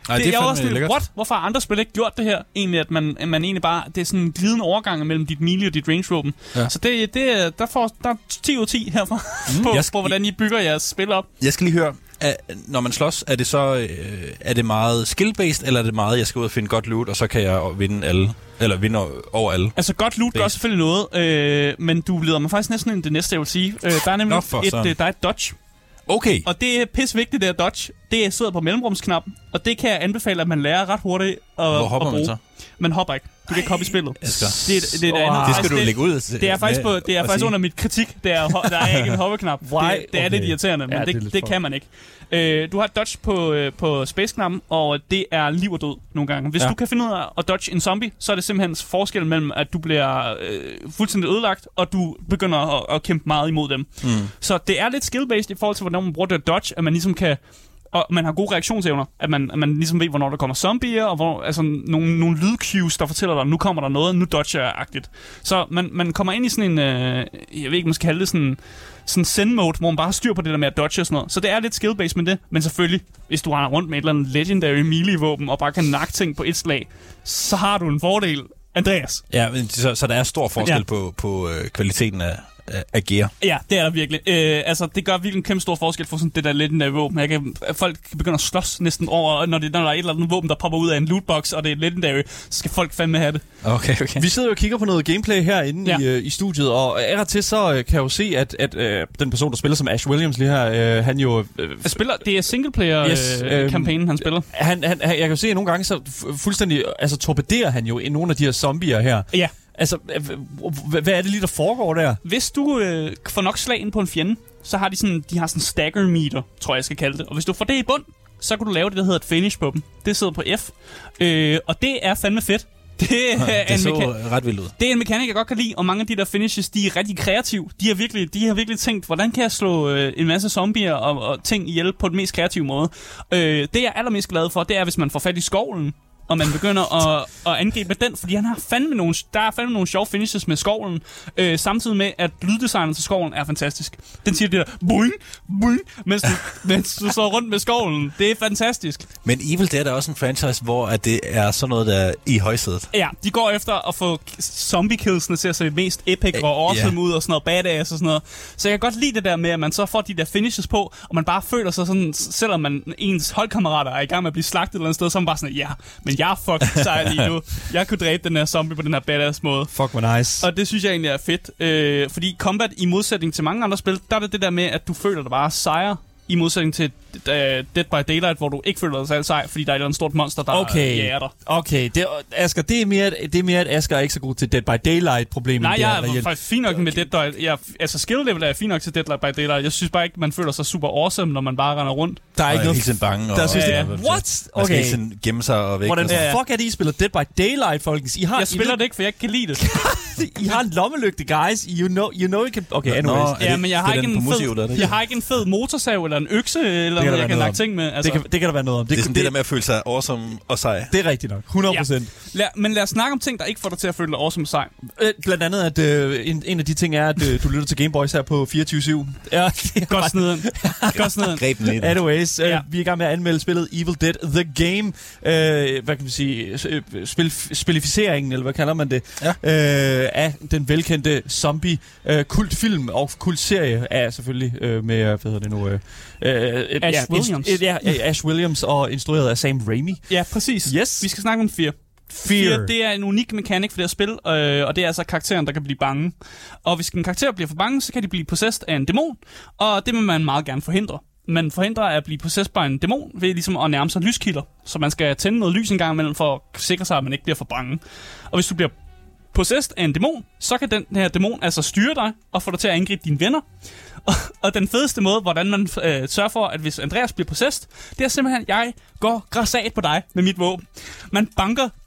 Ej, det, det er jeg var fandme også sådan, lækkert. what? Hvorfor har andre spil ikke gjort det her? Egentlig, at man, at man egentlig bare... Det er sådan en glidende overgang mellem dit melee og dit range-våben. Ja. Så det, det, er- der, får, der er ti ud af ti herfra mm. på, Jeg skal- på, hvordan I bygger jeres spil op. Jeg skal lige høre, er, når man slås, er det så øh, er det meget skill-based, eller er det meget, jeg skal ud og finde godt loot, og så kan jeg vinde alle, eller vinde over alle? Altså, godt loot gør Base. selvfølgelig noget, øh, men du leder mig faktisk næsten ind i det næste, jeg vil sige. Øh, der er nemlig Nå, for et, søren. øh, der er et dodge, Okay. og det er pisse vigtigt, det er dodge. Det sidder på mellemrumsknappen, og det kan jeg anbefale, at man lærer ret hurtigt at, Hvor hopper at man bruge. så? Man hopper ikke. Du kan ikke hoppe i spillet. Asger. Det, er- det, er det, andet. Det skal Altså, du det- lægge ud til. Det er faktisk, med på, det er at faktisk sige. under mit kritik. Det er, ho- der er ikke en hoppeknap. Why? Det, det er Okay. lidt irriterende, men Ja, ja, det er det, lidt det, for- kan man ikke. Øh, du har et dodge på, øh, på space-knappen, og det er liv og død nogle gange. Hvis Ja. ja. du kan finde ud af at dodge en zombie, så er det simpelthen forskellen mellem, at du bliver øh, fuldstændig ødelagt, og du begynder at, at kæmpe meget imod dem. Mm. Så det er lidt skill-based i forhold til, hvordan man bruger det at dodge, at man ligesom kan... Og man har gode reaktionsevner, at man, at man ligesom ved, hvornår der kommer zombier, og hvor, altså nogle, nogle lydcues, der fortæller dig, nu kommer der noget, nu dodger jeg-agtigt. Så man, man kommer ind i sådan en, øh, jeg ved ikke, man skal kalde det sådan, sådan zen-mode, hvor man bare har styr på det der med at dodge og sådan noget. Så det er lidt skill-based med det, men selvfølgelig, hvis du render rundt med et eller andet legendary melee-våben, og bare kan nakke ting på et slag, så har du en fordel. Andreas. Ja, men så, så der er stor forskel Ja. ja. på, på øh, kvaliteten af, af, af gear. Ja, det er der virkelig. Øh, altså, det gør virkelig en kæmpe stor forskel for sådan det der legendary våben. Jeg kan, folk begynder at slås næsten over, når, det, når der er et eller andet våben, der popper ud af en lootbox, og det er legendary, så skal folk fandme have det. Okay, okay. Vi sidder jo og kigger på noget gameplay herinde Ja. ja. i, øh, i studiet, og af og til så øh, kan jeg jo se, at, at øh, den person, der spiller som Ash Williams lige her, øh, han jo... Øh, Jeg spiller, det er singleplayer Yes, yes, øhm, øh, kampagnen, han spiller. han, han, han, jeg kan jo se, at nogle gange så fu- fuldstændig altså, torpederer han jo i nogle af de her zombier her. Ja. Altså, øh, h- hvad er det lige, der foregår der? Hvis du øh, får nok slag ind på en fjende, så har de sådan, de har sådan stagger meter, tror jeg, jeg skal kalde det. Og hvis du får det i bund, så kan du lave det, der hedder et finish på dem. Det sidder på F. Øh, og det er fandme fedt. Det er, Det en så meka- ret vildt ud. det er en mekanik, jeg godt kan lide, og mange af de der finishes, de er rigtig kreative. De har virkelig, de har virkelig tænkt, hvordan kan jeg slå øh, en masse zombier og, og ting ihjel på den mest kreative måde. Øh, det jeg er allermest glad for, det er, hvis man får fat i skovlen, og man begynder at, at angribe den, fordi han har fandme nogle, der er fandme nogle sjove finishes med skovlen, øh, samtidig med, at lyddesignet til skovlen er fantastisk. Den siger det der boing, boing, mens du, mens du så rundt med skovlen. Det er fantastisk. Men Evil Dead er også en franchise, hvor at det er sådan noget, der er i højsædet. Ja, de går efter at få zombie-killsene til at se mest epic og awesome Ja. ud og sådan noget badass og sådan noget. Så jeg kan godt lide det der med, at man så får de der finishes på, og man bare føler sig sådan, selvom man ens holdkammerater er i gang med at blive slagtet et eller andet sted, så er man bare sådan, ja, men jeg er fucking sej lige nu. Jeg kunne dræbe den her zombie på den her badass måde. Fuck, hvor nice. Og det synes jeg egentlig er fedt, øh, fordi combat i modsætning til mange andre spil, der er det det der med, at du føler dig bare sejre, i modsætning til uh, Dead by Daylight, hvor du ikke føler dig særlig sej, fordi der er et eller andet stort monster, der Okay, jager dig. okay. Det, Asger, det er, mere, det er mere, at Asger er ikke så god til Dead by Daylight-problemet. Nej, det jeg er er reelt. faktisk fin nok med Dead by... Jeg, altså, skill level er fin nok til Dead by Daylight. Jeg synes bare ikke, man føler sig super awesome, når man bare render rundt. Der er ikke Og noget... hele tiden bange. Der og, synes Ja, jeg, ja. what? Man skal Okay. hele tiden gemme sig og væk. Hvordan og sådan. Ja, ja. fuck er det, I spiller Dead by Daylight, folkens? I har, Jeg spiller det ikke, for jeg ikke kan lide det. I har en lommelygte, guys. You know, you know you can... Okay, anyways. Nå, Nå, er Ja, det- men jeg det har, er ikke den en på Museo, der er fed, det? jeg har ikke en fed motorsav eller en økse, eller der noget, være jeg kan noget lage om. ting med. Altså, det, kan, det kan der være noget om. Det er sådan det det, der med at føle sig awesome og sej. det er rigtigt nok. hundrede procent. lad, men lad os snakke om ting, der ikke får dig til at føle dig awesome sej. Ja. Blandt andet, at øh, en, en af de ting er, at øh, du lytter til Gameboys her på fireogtyve syv. Ja, det er Godt sneden. Godt sneden. Greb den lidt. Anyways, øh, Ja. vi er i gang med at anmelde spillet Evil Dead The Game. Øh, hvad kan vi sige? Øh, Spil, spilificeringen, eller hvad kalder man det? Ja. Øh, af den velkendte zombie-kultfilm og kultserie er selvfølgelig øh, med, hvad hedder det nu? Øh, øh, Ash ja, Williams. Inst- ja, Ash Williams og instrueret af Sam Raimi. Ja, præcis. Yes. Vi skal snakke om Fear. Fear, det er en unik mekanik for det her spil, øh, og det er altså karakteren, der kan blive bange. Og hvis en karakter bliver for bange, så kan de blive possessed af en dæmon, og det vil man meget gerne forhindre. Man forhindrer at blive possessed by en dæmon ved ligesom at nærme sig lyskilder, så man skal tænde noget lys en gang imellem for at sikre sig, at man ikke bliver for bange. Og hvis du bliver possessed af en dæmon, så kan den her dæmon altså styre dig og få dig til at angribe dine venner. Og, og den fedeste måde, hvordan man øh, sørger for, at hvis Andreas bliver possessed, det er simpelthen, at jeg går grassat på dig med mit våben. Man banker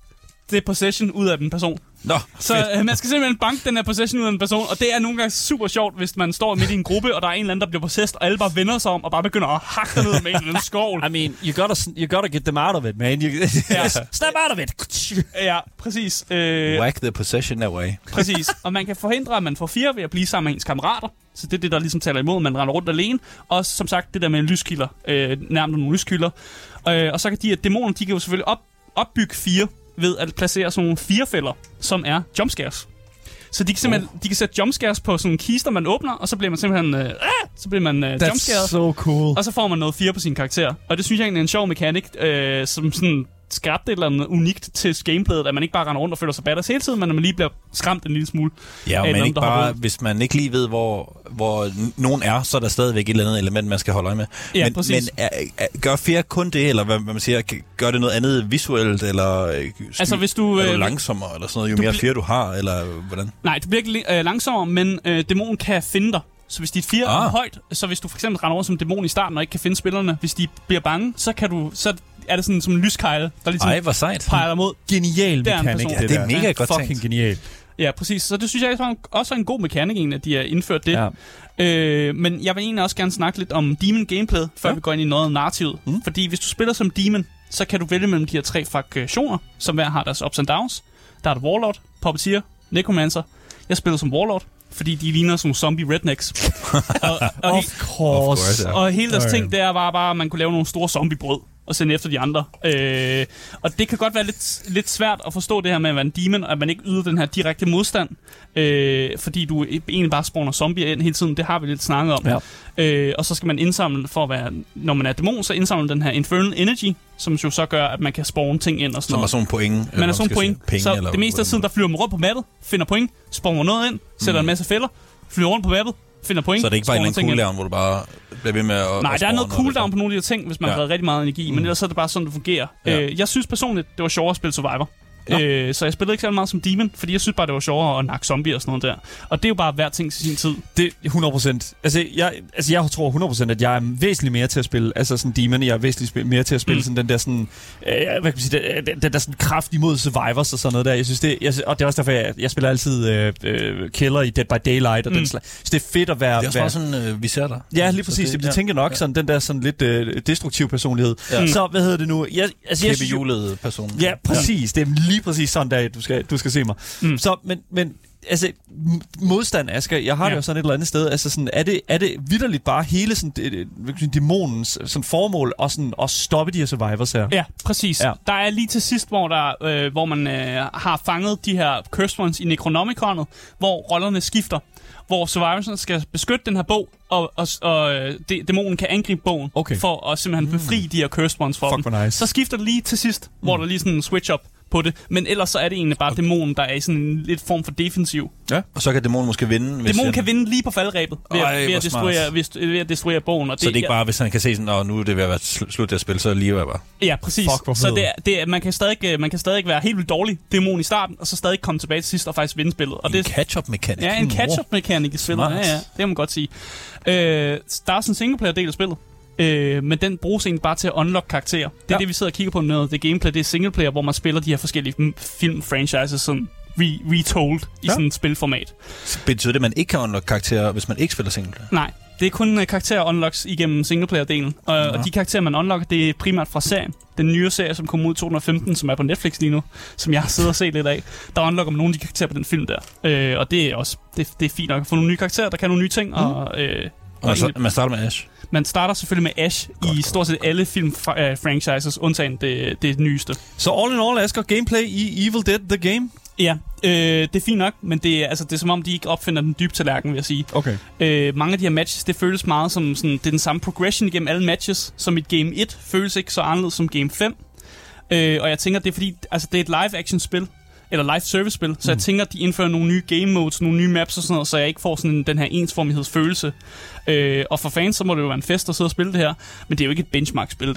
det possession ud af den person. Nå, Så øh, man skal simpelthen banke den her possession ud af en person, og det er nogle gange super sjovt, hvis man står midt i en gruppe, og der er en eller anden, der bliver possessed, og alle bare vender sig om, og bare begynder at hakke ned med en eller anden skovl. I mean, you gotta, you gotta get them out of it, man. You, Ja. Snap out of it! Ja, præcis. Øh, whack the possession away. præcis. Og man kan forhindre, at man får fire ved at blive sammen med ens kammerater. Så det er det, der ligesom taler imod, man render rundt alene. Og som sagt, det der med lyskilder, øh, nærmere nogle lyskilder. Øh, og så kan de her dæmoner, de kan jo selvfølgelig op, opbygge fire ved at placere sådan nogle firefælder, som er jumpscares. Så de kan simpelthen oh. de kan sætte jumpscares på sådan nogle kister, man åbner, og så bliver man simpelthen øh, så bliver man øh, jumpscared. That's so cool. Og så får man noget fire på sin karakter. Og det synes jeg egentlig er en sjov mekanik, øh, som sådan skabte et eller andet unikt til gameplayet, at man ikke bare render rundt og føler sig badass hele tiden, men at man lige bliver skræmt en lille smule. Ja, og af man nogen, ikke der hopper bare, ud. hvis man ikke lige ved, hvor, hvor nogen er, så er der stadigvæk et eller andet element, man skal holde øje med. Ja, men præcis. men er, er, gør fjerde kun det, eller hvad, hvad man siger, gør det noget andet visuelt, eller øh, Altså, hvis du, er du øh, langsommere, eller sådan noget, jo du mere bli- fjerde du har, eller hvordan? Nej, du bliver ikke øh, langsommere, men øh, dæmonen kan finde dig. Så hvis dit fire Ah. er højt, så hvis du for eksempel render rundt som dæmon i starten og ikke kan finde spillerne, hvis de bliver bange, så kan du så er det sådan som en lyskejle, der ligesom Ej, hvor sejt. peger dig mod. Genial Der er en mekanik, person. det Ja, det der. er mega godt Fucking tænkt. genial. Ja, præcis. Så det synes jeg er også er en god mekanik egentlig, at de har indført det. Ja. Øh, men jeg vil egentlig også gerne snakke lidt om Demon gameplayet, før Ja. vi går ind i noget narrativet. Mm. Fordi hvis du spiller som Demon, så kan du vælge mellem de her tre fraktioner, som hver har deres ups and downs. Der er der Warlord, Puppeteer, Necromancer. Jeg spiller som Warlord, fordi de ligner som zombie rednecks. og, og, Of he- course. Of course, ja. og hele deres Okay. ting, det er bare, bare, at man kunne lave nogle store zombiebrød og sende efter de andre. Øh, og det kan godt være lidt, lidt svært at forstå det her med at være en demon, og at man ikke yder den her direkte modstand, øh, fordi du egentlig bare spawner zombier ind hele tiden. Det har vi lidt snakket om. Ja. Øh, og så skal man indsamle, for at være, når man er dæmon, så indsamle den her Infernal Energy, som jo så gør, at man kan spawne ting ind og sådan Som er noget. sådan nogle point. Man er sådan nogle point. Penge, så eller det meste af tiden, der flyver man rundt på mappet, finder point, spawner noget ind, sætter Mm. en masse fælder, flyver rundt på mappet, finder point, Så er det ikke bare en spawner eller ting anden ind. cooldown, hvor du bare bliver ved med at... Nej, at der er noget spawne cooldown på nogle af de her ting, hvis man Ja. har rigtig meget energi, men ellers er det bare sådan, det fungerer. Ja. Øh, jeg synes personligt, det var sjovere at spille Survivor. Nå. Øh, så jeg spillede ikke så meget som Demon, fordi jeg synes bare, det var sjovere at nakke zombier og sådan noget der. Og det er jo bare hver ting til sin tid. Det er hundrede procent. Altså jeg, altså, jeg tror hundrede procent, at jeg er væsentligt mere til at spille, altså sådan Demon, jeg er væsentligt sp- mere til at spille Mm. mm. sådan den der sådan, øh, hvad kan man sige, den, den der sådan kraft imod survivors og sådan noget der. Jeg synes det, jeg, og det er også derfor, jeg, jeg spiller altid øh, øh, Killer i Dead by Daylight og Mm. den slags. Så det er fedt at være... Det er også være bare sådan, øh, vi ser der. Ja, lige Så præcis. det- Det, det tænker nok ja. sådan, den der sådan lidt øh, destruktiv personlighed. Ja. Så, hvad hedder det nu? Jeg, altså, jeg synes jo- Kæppehjulet person. Ja, præcis. Det er lige præcis sådan, der du skal, du skal se mig. Mm. Mm. Så, men, men altså, m- modstand, Asger, jeg har ja. Ja. det jo sådan et eller andet sted. Altså, sådan, er det, er det vitterligt bare hele sådan, det, det, hvad kan man sige, dæmonens sådan formål at, sådan, at stoppe de her survivors her? Ja, præcis. Ja. Ja. Der er lige til sidst, hvor, der, øh, hvor man øh, har fanget de her cursed ones i Necronomiconet, hvor rollerne skifter. Hvor survivorsne skal beskytte den her bog, og, og, og øh, de, dæmonen kan angribe bogen, Okay. for at simpelthen befri de her cursed ones for Fuck, dem. hvor nice. Så skifter det lige til sidst, hvor der lige sådan en switch-up på det. Men ellers så er det egentlig bare dæmonen, der er i sådan en lidt form for defensiv. Og så kan dæmonen måske vinde. Hvis Dæmonen han- kan vinde lige på faldrebet ved, Ej, at, ved, hvor at, destruere, smart. ved, ved at destruere bogen. Og Så det er ikke bare, hvis han kan se sådan, at nu er det ved at være sl- slut det at spille, så lige er jeg bare. Ja, præcis. Fuck, hvor så fed. det er, det er, man, kan stadig, øh, man kan stadig være helt vildt dårlig dæmon i starten, og så stadig komme tilbage til sidst og faktisk vinde spillet. Og En det, catch-up-mekanik. ja, en catch-up-mekanik i spillet. Smart. Ja, ja, det kan man godt sige. Øh, der er sådan en singleplayer-del af spillet, øh, men den bruges egentlig bare til at unlock karakterer. Det er Ja. det, vi sidder og kigger på med det gameplay. Det er singleplayer, hvor man spiller de her forskellige mm, film-franchises sådan re- retold i Ja. sådan et spilformat. Betyder det, at man ikke kan unlock karakterer, hvis man ikke spiller singleplayer? Nej, det er kun uh, karakterer unlocks igennem singleplayer-delen. Og, Nå. og de karakterer, man unlocker, det er primært fra serien. Den nye serie, som kom ud i to tusind og femten, som er på Netflix lige nu, som jeg har siddet og set lidt af. Der unlocker man nogle af de karakterer på den film der. Øh, og det er også det, det er fint nok at få nogle nye karakterer, der kan nogle nye ting. Mm. Og, øh, Og og så, egentlig- man starter med Ash. man starter selvfølgelig med Ash godt, i stort set alle film-franchises, undtagen det, det nyeste. Så all in all, Asger, gameplay i Evil Dead The Game? Ja, øh, det er fint nok, men det er, altså, det er som om, de ikke opfinder den dybe tallerken, vil jeg sige. Okay. Øh, mange af de her matches, det føles meget som sådan, det er den samme progression igennem alle matches, som et Game et føles ikke så anderledes som Game fem. Øh, og jeg tænker, det er fordi, altså det er et live-action-spil, eller live-service-spil, så mm. jeg tænker, de indfører nogle nye game modes, nogle nye maps og sådan noget, så jeg ikke får sådan en, den her ensformighedsfølelse. Øh, og for fans, så må det jo være en fest at sidde og spille det her, men det er jo ikke et benchmark-spil, det her.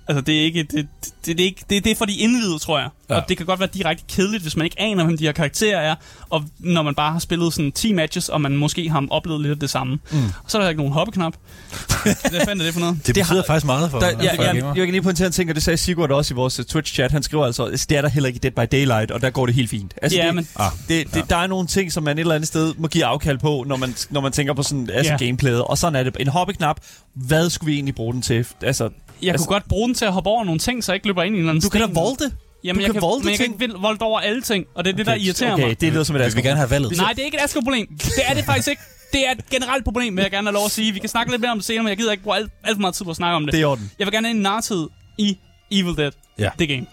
Altså, det er ikke... Det, det, det, er ikke, det, det er for de indvidede, tror jeg. Ja. Og det kan godt være direkte kedeligt, hvis man ikke aner, hvem de her karakterer er. Og når man bare har spillet sådan ti matches, og man måske har oplevet lidt af det samme. Mm. Og så er der ikke nogen hoppeknap. Hvad fanden er det for noget? Det betyder det har, faktisk meget for, der, ja, for ja, gamer. Jeg kan lige pointere en ting, og det sagde Sigurd også i vores Twitch-chat. Han skriver altså, det er der heller ikke Dead by Daylight, og der går det helt fint. Altså, ja, det, men... ah, det, det, ja. Der er nogle ting, som man et eller andet sted må give afkald på, når man, når man tænker på sådan, altså yeah. gameplayet. Og sådan er det. En hoppeknap, hvad skulle vi egentlig bruge den til? Altså, jeg altså, kunne godt bruge den til at hoppe over nogle ting, så jeg ikke løber ind i en eller anden Du sten. kan da volte. Jamen, du jeg kan, kan volte men jeg ting. kan ikke volte over alle ting, og det er okay. det, der irriterer okay, mig. Okay, det lyder som et Asger. Vi vil gerne have valget. Nej, det er ikke et Asger-problem. Det er det faktisk ikke. Det er et generelt problem, vil jeg gerne have lov at sige. Vi kan snakke lidt mere om det senere, men jeg gider ikke bruge alt, alt for meget tid på at snakke om det. Det er orden. Jeg vil gerne have en nartid i Evil Dead, ja. det game.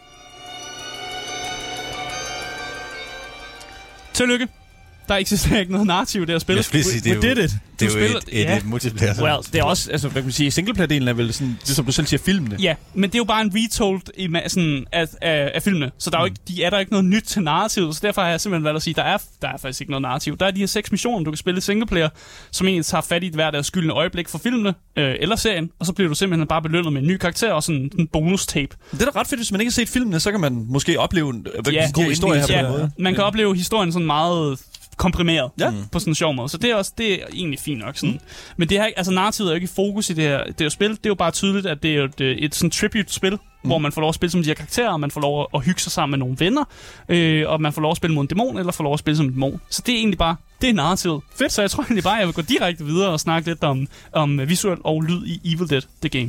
Tillykke. Der eksisterer ikke noget narrativ i det her spil. Jeg skulle sige, det er jo, det, det er jo spiller, et, et, ja. et multiplayer. Well, det er også, altså, hvad kan man sige, singleplayer-delen er vel sådan, det som du selv siger, filmene. Ja, men det er jo bare en retold i, sådan, af, af, af filmene. Så der er, jo ikke, de er der ikke noget nyt til narrativet, så derfor har jeg simpelthen valgt at sige, der er, der er faktisk ikke noget narrativ. Der er de her seks missioner, du kan spille i singleplayer, som egentlig tager fat i hver deres skyldende øjeblik for filmene øh, eller serien, og så bliver du simpelthen bare belønnet med en ny karakter og sådan en bonus-tape. Det er da ret fedt, hvis man ikke har set filmene, så kan man måske opleve en ja, god historie her på ja, den måde. Man kan opleve historien sådan meget komprimeret ja. på sådan en sjov måde. Så det er også det er egentlig fint nok sådan. Mm. Men det her altså narrativet er jo ikke i fokus i det her det her spil. Det er jo bare tydeligt at det er et, et sådan tribute spil, mm. hvor man får lov at spille som de her karakterer, og man får lov at hygge sig sammen med nogle venner, øh, og man får lov at spille mod en dæmon eller får lov at spille som en dæmon. Så det er egentlig bare det er narrativet. Fedt. Så jeg tror egentlig bare at jeg vil gå direkte videre og snakke lidt om om visuel og lyd i Evil Dead the game.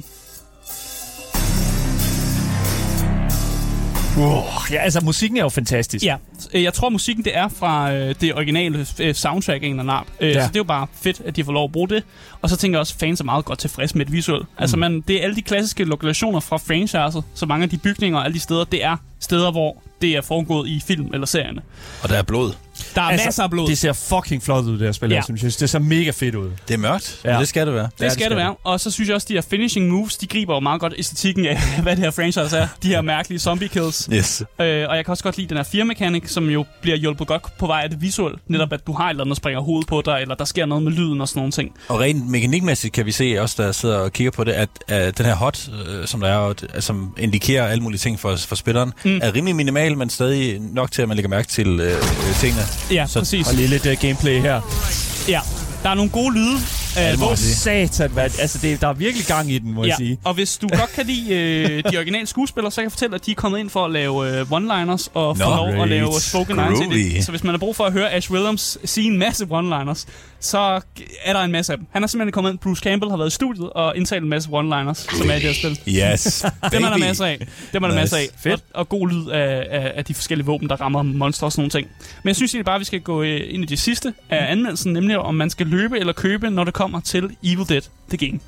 Wow. Ja, altså musikken er jo fantastisk. Ja, jeg tror musikken det er fra øh, det originale øh, soundtrack af en eller anden øh, ja. Så det er jo bare fedt, at de får lov at bruge det. Og så tænker jeg også, at fans er meget godt tilfreds med et visuelt. Mm. Altså man, det er alle de klassiske lokalationer fra franchiset, så mange af de bygninger og alle de steder, det er steder, hvor det er foregået i film eller serierne. Og der er blod. Der er altså, masser af blod. Det ser fucking flot ud, det her spil, ja. Jeg synes. Det ser mega fedt ud. Det er mørkt, ja. Det skal det være. Det, det skal, skal det være. Og så synes jeg også, at de her finishing moves, de griber jo meget godt æstetikken af, hvad det her franchise er. De her mærkelige zombie kills. Yes. Øh, og jeg kan også godt lide den her fear mechanic, som jo bliver hjulpet godt på vej af det visuelle. Netop, at du har et eller andet, der springer hovedet på dig, eller der sker noget med lyden og sådan nogle ting. Og rent mekanikmæssigt kan vi se også, der sidder og kigger på det, at, at den her hot, øh, som der er, at, som indikerer alle mulige ting for, for spilleren, mm. er rimelig minimal, men stadig nok til, at man lægger mærke til øh, tingene. Ja, så, præcis. Og lige lidt uh, gameplay her. Ja, der er nogle gode lyde. Ja, det må jeg sige. Satan, hvad, altså det, der er virkelig gang i den, må ja. jeg sige. Og hvis du godt kan lide øh, de originale skuespillere, så kan jeg fortælle, at de er kommet ind for at lave øh, one-liners og få lov at lave spoken lines i det. Så hvis man har brug for at høre Ash Williams sige en masse one-liners, så er der en masse af dem. Han har simpelthen kommet ind, Bruce Campbell har været i studiet og indtalt en masse one-liners, som er i det her spil. Yes, Dem er der masser af. Dem er der nice. masser af. Fedt. Og, og god lyd af, af, af de forskellige våben, der rammer monster og sådan nogle ting. Men jeg synes egentlig bare, at vi skal gå øh, ind i det sidste af anmeldelsen, nemlig om man skal løbe eller købe, når det kommer til Evil Dead the game.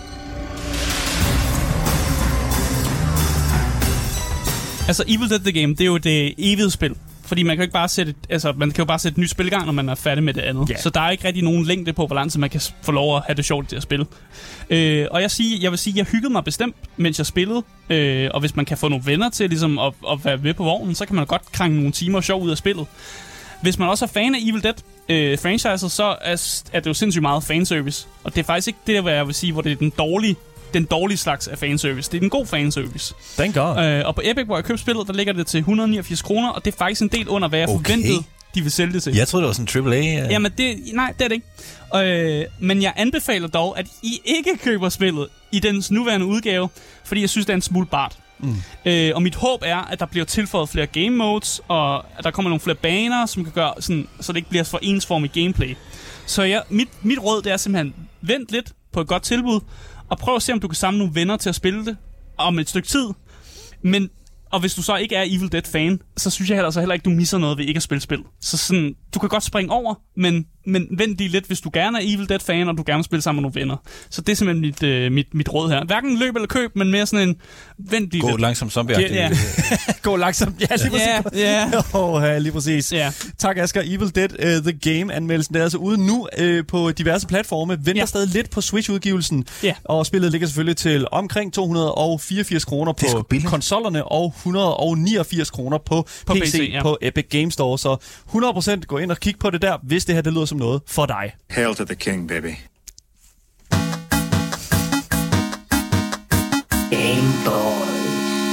Altså Evil Dead the game, det er jo det evige spil. Fordi man kan jo ikke bare sætte, altså man kan jo bare sætte et nyt spil i gang, når man er færdig med det andet. Yeah. Så der er ikke rigtig nogen længde på, hvor lang tid man kan få lov at have det sjovt til at spille. Øh, og jeg, siger, jeg vil sige, jeg hyggede mig bestemt, mens jeg spillede. Øh, og hvis man kan få nogle venner til ligesom, at, at være med på vognen, så kan man godt krænge nogle timer sjov ud af spillet. Hvis man også er fan af Evil Dead øh, franchiset, så er, er det jo sindssygt meget fanservice. Og det er faktisk ikke det, hvad jeg vil sige, hvor det er den dårlige, den dårlige slags af fanservice. Det er den god fanservice. Thank God. Øh, og på Epic, hvor jeg købte spillet, der ligger det til et hundrede og niogfirs kroner, og det er faktisk en del under, hvad jeg okay. forventede, de vil sælge det til. Jeg troede, det var sådan en triple A. Uh... Jamen, det, nej, det er det ikke. Øh, men jeg anbefaler dog, at I ikke køber spillet i dens nuværende udgave, fordi jeg synes, det er en smule bart. Mm. Øh, og mit håb er, at der bliver tilføjet flere game modes, og at der kommer nogle flere baner, som kan gøre sådan, så det ikke bliver for ensformigt gameplay. Så jeg, mit, mit råd, det er simpelthen, vent lidt på et godt tilbud, og prøv at se, om du kan samle nogle venner til at spille det om et stykke tid. Men, og hvis du så ikke er Evil Dead-fan, så synes jeg heller, så heller ikke, du misser noget ved ikke at spille spil. Så sådan, du kan godt springe over, men, men vent lige lidt, hvis du gerne er Evil Dead-fan, og du gerne vil spille sammen med nogle venner. Så det er simpelthen mit, øh, mit, mit råd her. Hverken løb eller køb, men mere sådan en vent lige Gå lidt. langsomt zombie-agtigt. Ja, ja. Gå langsomt. Ja, lige præcis. Ja, ja. Oh, ja, lige præcis. Ja. Tak, Asger. Evil Dead uh, The Game-anmeldelsen. Det er altså ude nu uh, på diverse platforme. Venter ja. stadig lidt på Switch-udgivelsen. Ja. Og spillet ligger selvfølgelig til omkring to hundrede og fireogfirs kroner på konsollerne og et hundrede og niogfirs kroner på, på P C, P C ja. På Epic Games Store. Så hundrede procent gå ind og kig på det der, hvis det her det lyder som noget for dig. Hail to the king, baby. Game Boy.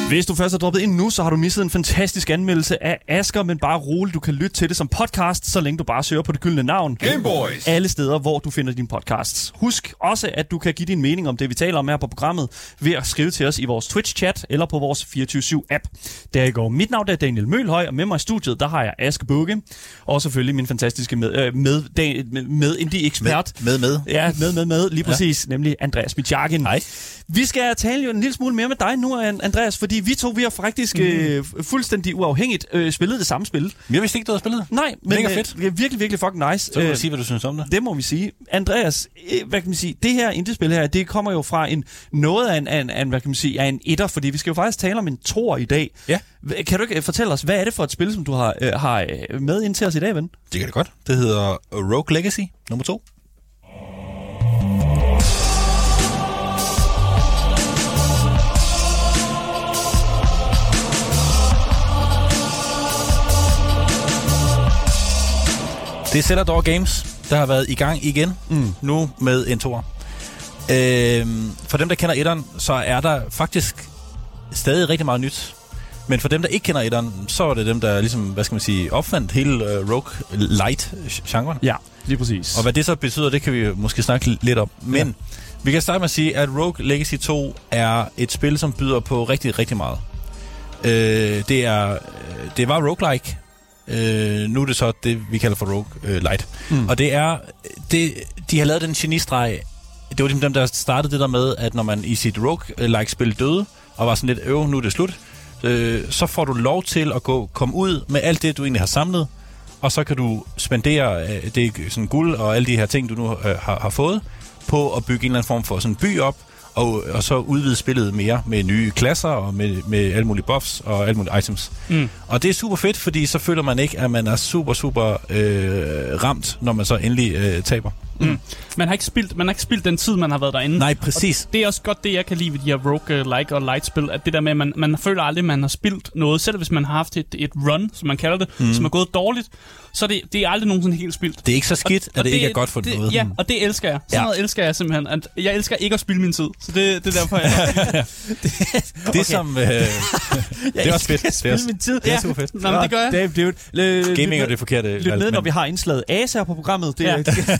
Hvis du først er droppet ind nu, så har du misset en fantastisk anmeldelse af Asger, men bare roligt, du kan lytte til det som podcast, så længe du bare søger på det gyldne navn. Gameboys. Alle steder, hvor du finder dine podcasts. Husk også, at du kan give din mening om det, vi taler om her på programmet, ved at skrive til os i vores Twitch-chat eller på vores fireogtyve syv app. Der i går. Mit navn er Daniel Mølhøj, og med mig i studiet, der har jeg Asger Bugge, og selvfølgelig min fantastiske med, øh, med, med, med indie-ekspert. Med, med, med. Ja, med, med, med, lige præcis, ja. Nemlig Andreas Michakin. Hej. Vi skal tale jo en lille smule mere med dig nu, Andreas, fordi vi to, vi har faktisk mm. øh, fuldstændig uafhængigt øh, spillet det samme spil. Jeg vidste ikke, du havde spillet. Nej, men mega fedt. Øh, virkelig, virkelig fucking nice. Så kan du øh, sige, hvad du synes om det. Det må vi sige. Andreas, øh, hvad kan man sige, det her indie-spil her, det kommer jo fra en noget af en, af en, af en hvad kan man sige, af en etter, fordi vi skal jo faktisk tale om en toer i dag. Ja. Kan du ikke fortælle os, hvad er det for et spil, som du har, øh, har med ind til os i dag, ven? Det kan det godt. Det hedder Rogue Legacy nummer to. Det er Celador Games, der har været i gang igen, mm. nu med en toer. Øhm, for dem, der kender etteren, så er der faktisk stadig rigtig meget nyt. Men for dem, der ikke kender etteren, så er det dem, der ligesom, hvad skal man sige, opfandt hele uh, Rogue Light-genren. Ja, lige præcis. Og hvad det så betyder, det kan vi måske snakke lidt om. Men ja. Vi kan starte med at sige, at Rogue Legacy to er et spil, som byder på rigtig, rigtig meget. Øh, det, er, det var roguelike. Uh, nu er det så det, vi kalder for Rogue uh, Light. Mm. Og det er... Det, de har lavet den genistreg. Det var dem, der startede det der med, at når man i sit Rogue-like-spil døde, og var sådan lidt, øv, nu er det slut, øh, så får du lov til at gå komme ud med alt det, du egentlig har samlet, og så kan du spendere øh, det sådan guld og alle de her ting, du nu øh, har, har fået, på at bygge en eller anden form for sådan by op, og, og så udvide spillet mere med nye klasser og med, med alle mulige buffs og alle mulige items. Mm. Og det er super fedt, fordi så føler man ikke, at man er super, super øh, ramt, når man så endelig øh, taber. Mm. Man har ikke spildt, man har ikke spildt den tid, man har været derinde. Nej, præcis. Og det er også godt det, jeg kan lide ved de her rogue-like og light-spil, at det der med, at man, man føler aldrig, at man har spildt noget, selv hvis man har haft et, et run, som man kalder det, mm. som er gået dårligt, så det, det er aldrig nogensinde helt spildt. Det er ikke så skidt, og, at og det, det ikke er godt for det, noget. Ja, og det elsker jeg. Sådan ja. noget elsker jeg simpelthen. At jeg elsker ikke at spilde min tid, så det, det er derfor, jeg... det, okay. det som... Øh, det er også fedt. Det er min tid. Det er super fedt. Nå, men det gør jeg. Det, det, det, det, Gaming er det forkerte. Lyt med, når vi har indslaget Acer på programmet. Det, ja.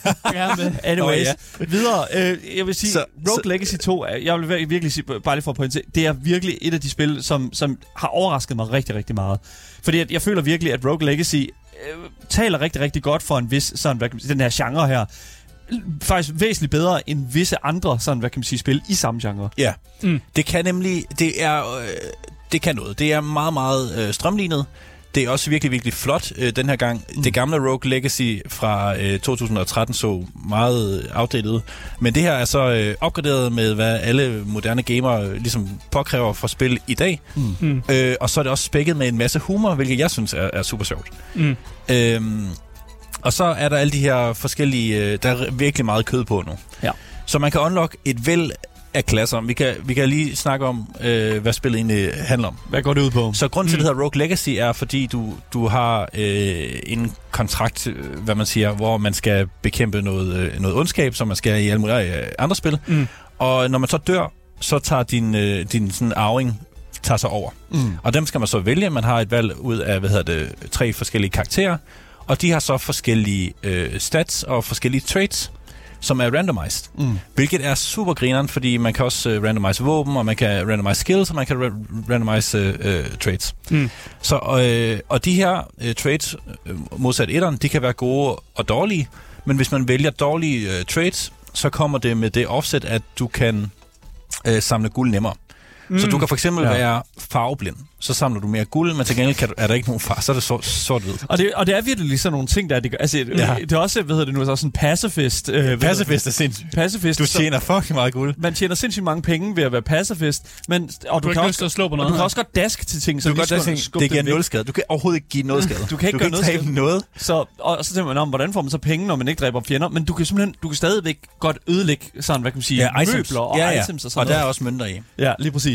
det, anyways. Oh, ja. Videre. Øh, jeg vil sige, så, Rogue så, Legacy to, jeg vil virkelig sige, bare lige for at pointere, det er virkelig et af de spil, som, som har overrasket mig rigtig, rigtig meget. Fordi at jeg føler virkelig, at Rogue Legacy øh, taler rigtig, rigtig godt for en vis, sådan, hvad kan man sige, den her genre her. Faktisk væsentligt bedre end visse andre, sådan, hvad kan man sige, spil i samme genre. Ja, mm. det kan nemlig, det er, øh, det kan noget. Det er meget, meget øh, strømlignet. Det er også virkelig, virkelig flot øh, den her gang. Mm. Det gamle Rogue Legacy fra øh, to tusind og tretten så meget outdated ud. Men det her er så øh, opgraderet med, hvad alle moderne gamere øh, ligesom påkræver for spil i dag. Mm. Mm. Øh, og så er det også spækket med en masse humor, hvilket jeg synes er, er super sjovt. Mm. Øhm, og så er der alle de her forskellige... Øh, der er virkelig meget kød på nu. Ja. Så man kan unlock et væld af klasser. Vi kan, vi kan lige snakke om, øh, hvad spillet egentlig handler om. Hvad går det ud på? Så grunden til, mm. det hedder Rogue Legacy, er, fordi du, du har øh, en kontrakt, hvad man siger, hvor man skal bekæmpe noget, øh, noget ondskab, som man skal i alle mulige andre spil. Mm. Og når man så dør, så tager din, øh, din sådan arving tager sig over. Mm. Og dem skal man så vælge. Man har et valg ud af, hvad hedder det, tre forskellige karakterer. Og de har så forskellige øh, stats og forskellige traits, som er randomized. Mm. Hvilket er super grineren, fordi man kan også uh, randomize våben, og man kan randomize skills, og man kan ra- randomize uh, uh, traits. Mm. Så, uh, og de her uh, traits, uh, modsat etteren, de kan være gode og dårlige, men hvis man vælger dårlige uh, traits, så kommer det med det offset, at du kan uh, samle guld nemmere. Mm. Så du kan for eksempel ja. være farveblind. Så samler du mere guld, men til gengæld kan du, er der ikke nogen far, så er det sort, sort-hvid. Og det, og det er virkelig sådan nogle ting, der... Det, altså, ja. det er også, hvad hedder det nu, så sådan en pacifist. Øh, pacifist er sindssygt. Pacifist. Du tjener fucking meget guld. Man tjener sindssygt mange penge ved at være pacifist, men... Og du, du kan også slå på noget. Og du kan også godt dask til ting, så du kan godt dask, det giver nul skade. Du kan overhovedet ikke give noget skade. Du kan ikke du gøre kan ikke noget, noget. Så, og så tænker man om, hvordan får man så penge, når man ikke dræber fjender? Men du kan simpelthen, du kan stadigvæk godt ødelægge sådan, hvad kan man sige, ja, møbler og ja, ja. items og sådan og noget. Og der er også mønter i. Ja, lige præcis.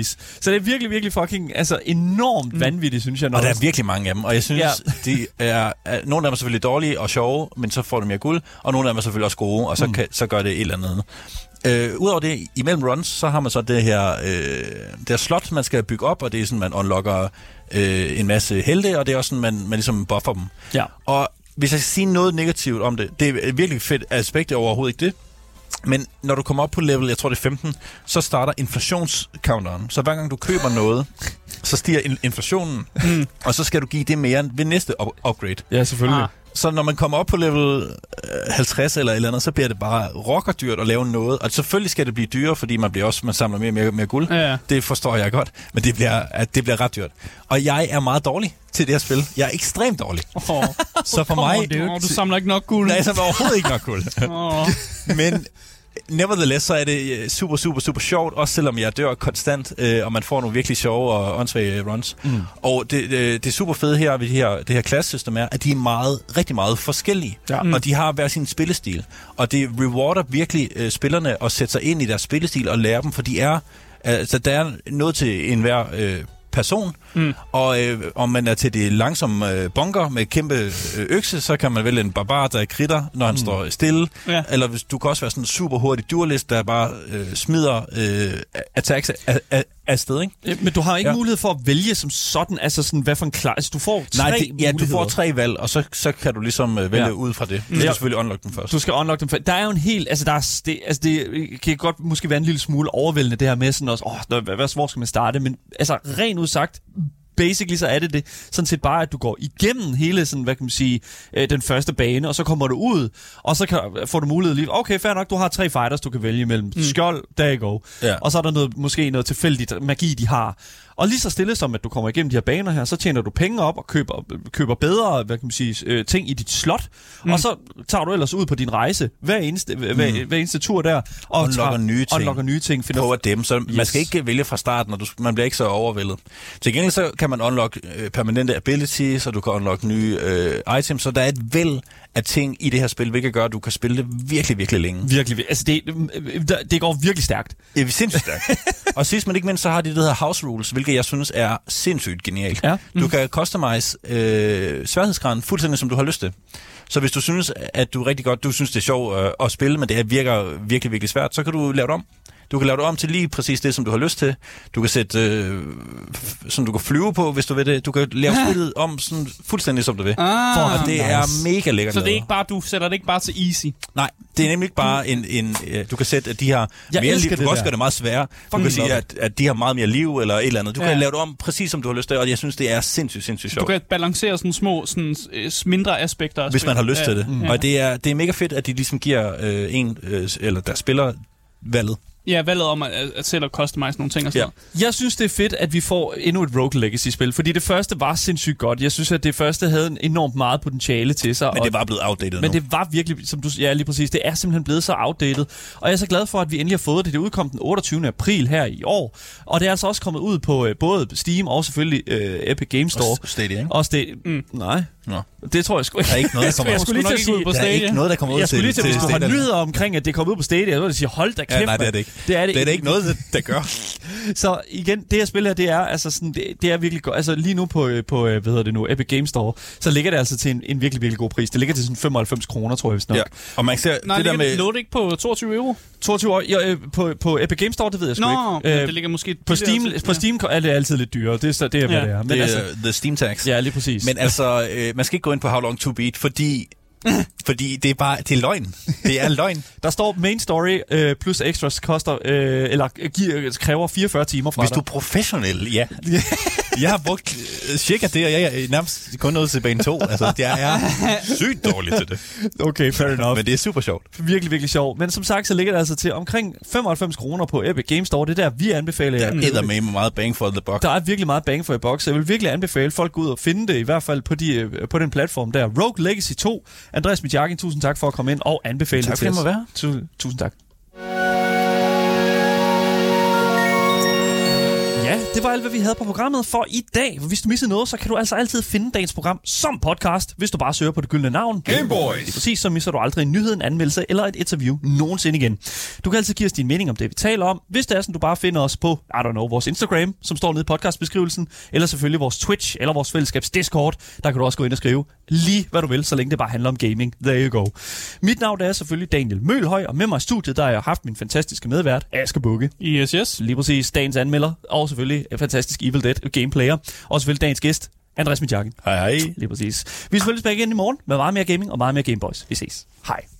pris. Så det er virkelig, virkelig fucking altså enormt mm. vanvittigt, synes jeg. Og der er virkelig mange af dem, og jeg synes, ja. de er, er, nogle af dem er selvfølgelig dårlige og sjove, men så får de mere guld, og nogle af dem er selvfølgelig også gode, og så, mm. kan, så gør det et eller andet. Øh, Udover det, imellem runs, så har man så det her, øh, det her slot, man skal bygge op, og det er sådan, man unlocker øh, en masse helte, og det er også sådan, man, man ligesom buffer dem. Ja. Og hvis jeg skal sige noget negativt om det, det er et virkelig fedt aspekt, det er overhovedet ikke det. Men når du kommer op på level, jeg tror det er femten, så starter inflationscounteren. Så hver gang du køber noget, så stiger in- inflationen, mm. og så skal du give det mere ved næste up- upgrade. Ja, selvfølgelig. Ah. Så når man kommer op på level halvtreds eller et eller andet, så bliver det bare rockerdyrt at lave noget. Og selvfølgelig skal det blive dyrere, fordi man bliver også man samler mere og mere, mere guld. Ja. Det forstår jeg godt, men det bliver, at det bliver ret dyrt. Og jeg er meget dårlig til det her spil. Jeg er ekstremt dårlig. Oh. Så for mig... Oh, du samler ikke nok guld. Nej, jeg samler overhovedet ikke nok guld. Oh. Men... Nevertheless, så er det super, super, super sjovt, også selvom jeg dør konstant, øh, og man får nogle virkelig sjove og åndssvage runs. Mm. Og det, det, det super fede her ved det her, det her klassesystem er, at de er meget, rigtig meget forskellige. Ja. Mm. Og de har hver sin spillestil. Og det rewarder virkelig øh, spillerne at sætte sig ind i deres spillestil og lære dem, for de er, altså, der er noget til enhver øh, person. Mm. Og øh, om man er til det langsomme øh, bunker med kæmpe øh, økse, så kan man vælge en barbar, der er kritter, når han mm. står stille. Ja. Eller hvis du kan også være sådan en super hurtig duelist, der bare øh, smider øh, attacks af, af, afsted, ikke? Ja, men du har ikke ja. mulighed for at vælge som sådan, altså sådan, hvad for en klar... Altså, du får tre Nej, det, ja, du får tre valg, og så, så kan du ligesom øh, vælge ja. ud fra det. Du skal ja. selvfølgelig unlock dem først. Du skal unlock dem først. Der er jo en helt... Altså, der er, det, altså, det kan godt måske være en lille smule overvældende, det her med sådan også, åh, hvad, hvor skal man starte? Men altså, rent udsagt, basically så er det det sådan set bare, at du går igennem hele sådan, hvad kan man sige, øh, den første bane, og så kommer du ud, og så kan, får du mulighed lige, okay, fair nok, du har tre fighters, du kan vælge imellem. Mm. Skjold, there you go. Ja. Og så er der noget, måske noget tilfældigt magi, de har. Og lige så stille som, at du kommer igennem de her baner her, så tjener du penge op og køber, køber bedre, hvad kan man sige, øh, ting i dit slot, mm. og så tager du ellers ud på din rejse hver eneste, hver, mm. hver eneste tur der, og unlocker nye ting. Unlocker nye ting. På at dem, så yes. man skal ikke vælge fra starten, og du, man bliver ikke så overvældet. Til gengæld så kan man unlock øh, permanente abilities, så du kan unlock nye øh, items, så der er et væld af ting i det her spil, hvilket gør, at du kan spille det virkelig, virkelig længe. Virkelig, altså det, det går virkelig stærkt. Det er sindssygt stærkt. Og sidst men ikke mindst, så har de det her house rules, hvilket jeg synes er sindssygt genialt. Ja. Mm. Du kan customize øh, sværhedsgraden fuldstændig, som du har lyst til. Så hvis du synes, at du rigtig godt, du synes, det er sjovt øh, at spille, men det virker virkelig, virkelig svært, så kan du lave det om. Du kan lave det om til lige præcis det, som du har lyst til. Du kan sætte, øh, som du kan flyve på, hvis du vil det. Du kan lave spillet om sådan fuldstændig, som du vil. Ah, For at det nice. er mega lækkert. Så det er ikke bare, du sætter det ikke bare til easy? Nej, det er nemlig ikke bare en... en øh, du kan sætte, at de har jeg mere liv. Du kan også gøre det meget sværere. Du kan sige, at, at de har meget mere liv, eller et eller andet. Du ja. kan lave det om præcis, som du har lyst til, og jeg synes, det er sindssygt, sindssygt sjovt. Du kan balancere sådan små, sådan, mindre aspekter. Hvis man har lyst ja. til det. Mm. Og det er, det er mega fedt, at de ligesom giver øh, en, øh, eller der spiller valget. Ja, valget om at, at selv at customize nogle ting og sådan ja. Jeg synes, det er fedt, at vi får endnu et Rogue Legacy-spil, fordi det første var sindssygt godt. Jeg synes, at det første havde en enormt meget potentiale til sig. Men det var blevet outdated Men nu. det var virkelig, som du ja, lige præcis, det er simpelthen blevet så outdated. Og jeg er så glad for, at vi endelig har fået det. Det udkom den otteogtyvende april her i år. Og det er altså også kommet ud på øh, både Steam og selvfølgelig øh, Epic Games Store. Og Stadia, ikke? Og Stadia. Mm, nej. Nå. Det tror jeg sgu ikke. Der er ikke noget, der kommer jeg skulle lige til at ud på Stadia. Der er ikke noget, der kommer ud jeg til Jeg skulle lige til, hvis du har Stadia. nyheder omkring, at det kommer ud på Stadia, så vil jeg sige, hold da kæft. Ja, nej, det er det ikke. Det er det, det er ikke noget, der gør. Så igen, det her spil her, det er altså sådan, det, det er virkelig godt. Altså lige nu på, på hvad hedder det nu, Epic Games Store, så ligger det altså til en, en virkelig, virkelig god pris. Det ligger til sådan femoghalvfems kroner, tror jeg vist nok. Ja. Og man ser, nej, det der med... lå det ikke på toogtyve euro? toogtyve år, ja, på, på Epic Games Store, det ved jeg sgu Nå, ikke. Nå, det ligger måske... På Steam, på Steam er det altid lidt dyrere. Det er, det er hvad ja. det er. Men det er altså, the Steam tax. Ja, lige præcis. Men altså, øh, man skal ikke gå ind på How Long To Beat, fordi... Fordi det er bare, det er løgn. Det er løgn. Der står main story øh, plus extras koster, øh, eller giver, kræver fireogfyrre timer fra Hvis dig. du er professionel, ja. Jeg har brugt øh, cirka det, og jeg er nærmest kun nået til bane to. Altså, jeg er sygt dårlig til det. Okay, fair enough. Men det er super sjovt. Virkelig, virkelig sjovt. Men som sagt, så ligger det altså til omkring femoghalvfems kroner på Epic Games Store. Det er der, vi anbefaler jer. Der er med meget bang for the buck. Der er virkelig meget bang for the buck, så jeg vil virkelig anbefale folk gå ud og finde det, i hvert fald på, de, på den platform der. Rogue Legacy to. Andreas Midjakin, tusind tak for at komme ind og anbefale tak det til os. Tak for at være. Tusind tak. Ja, det var alt, hvad vi havde på programmet for i dag. Hvis du missede noget, så kan du altså altid finde dagens program som podcast, hvis du bare søger på det gyldne navn. Gameboys. Det er præcis, så misser du aldrig en nyhed, en anmeldelse eller et interview nogensinde igen. Du kan altid give os din mening om det, vi taler om, hvis det er sådan, du bare finder os på, I don't know, vores Instagram, som står nede i podcastbeskrivelsen, eller selvfølgelig vores Twitch, eller vores fællesskabs Discord. Der kan du også gå ind og skrive lige, hvad du vil, så længe det bare handler om gaming. There you go. Mit navn er selvfølgelig Daniel Mølhøj, og med mig i studiet, der har jeg haft min fantastiske medvært, Asger Bukke. Yes, yes. Lige præcis dagens anmelder, og selvfølgelig en fantastisk Evil Dead gameplayer, og selvfølgelig dagens gæst, Andreas Mitjakken. Hej hej. Lige præcis. Vi er selvfølgelig tilbage igen i morgen med meget mere gaming og meget mere Gameboys. Vi ses. Hej.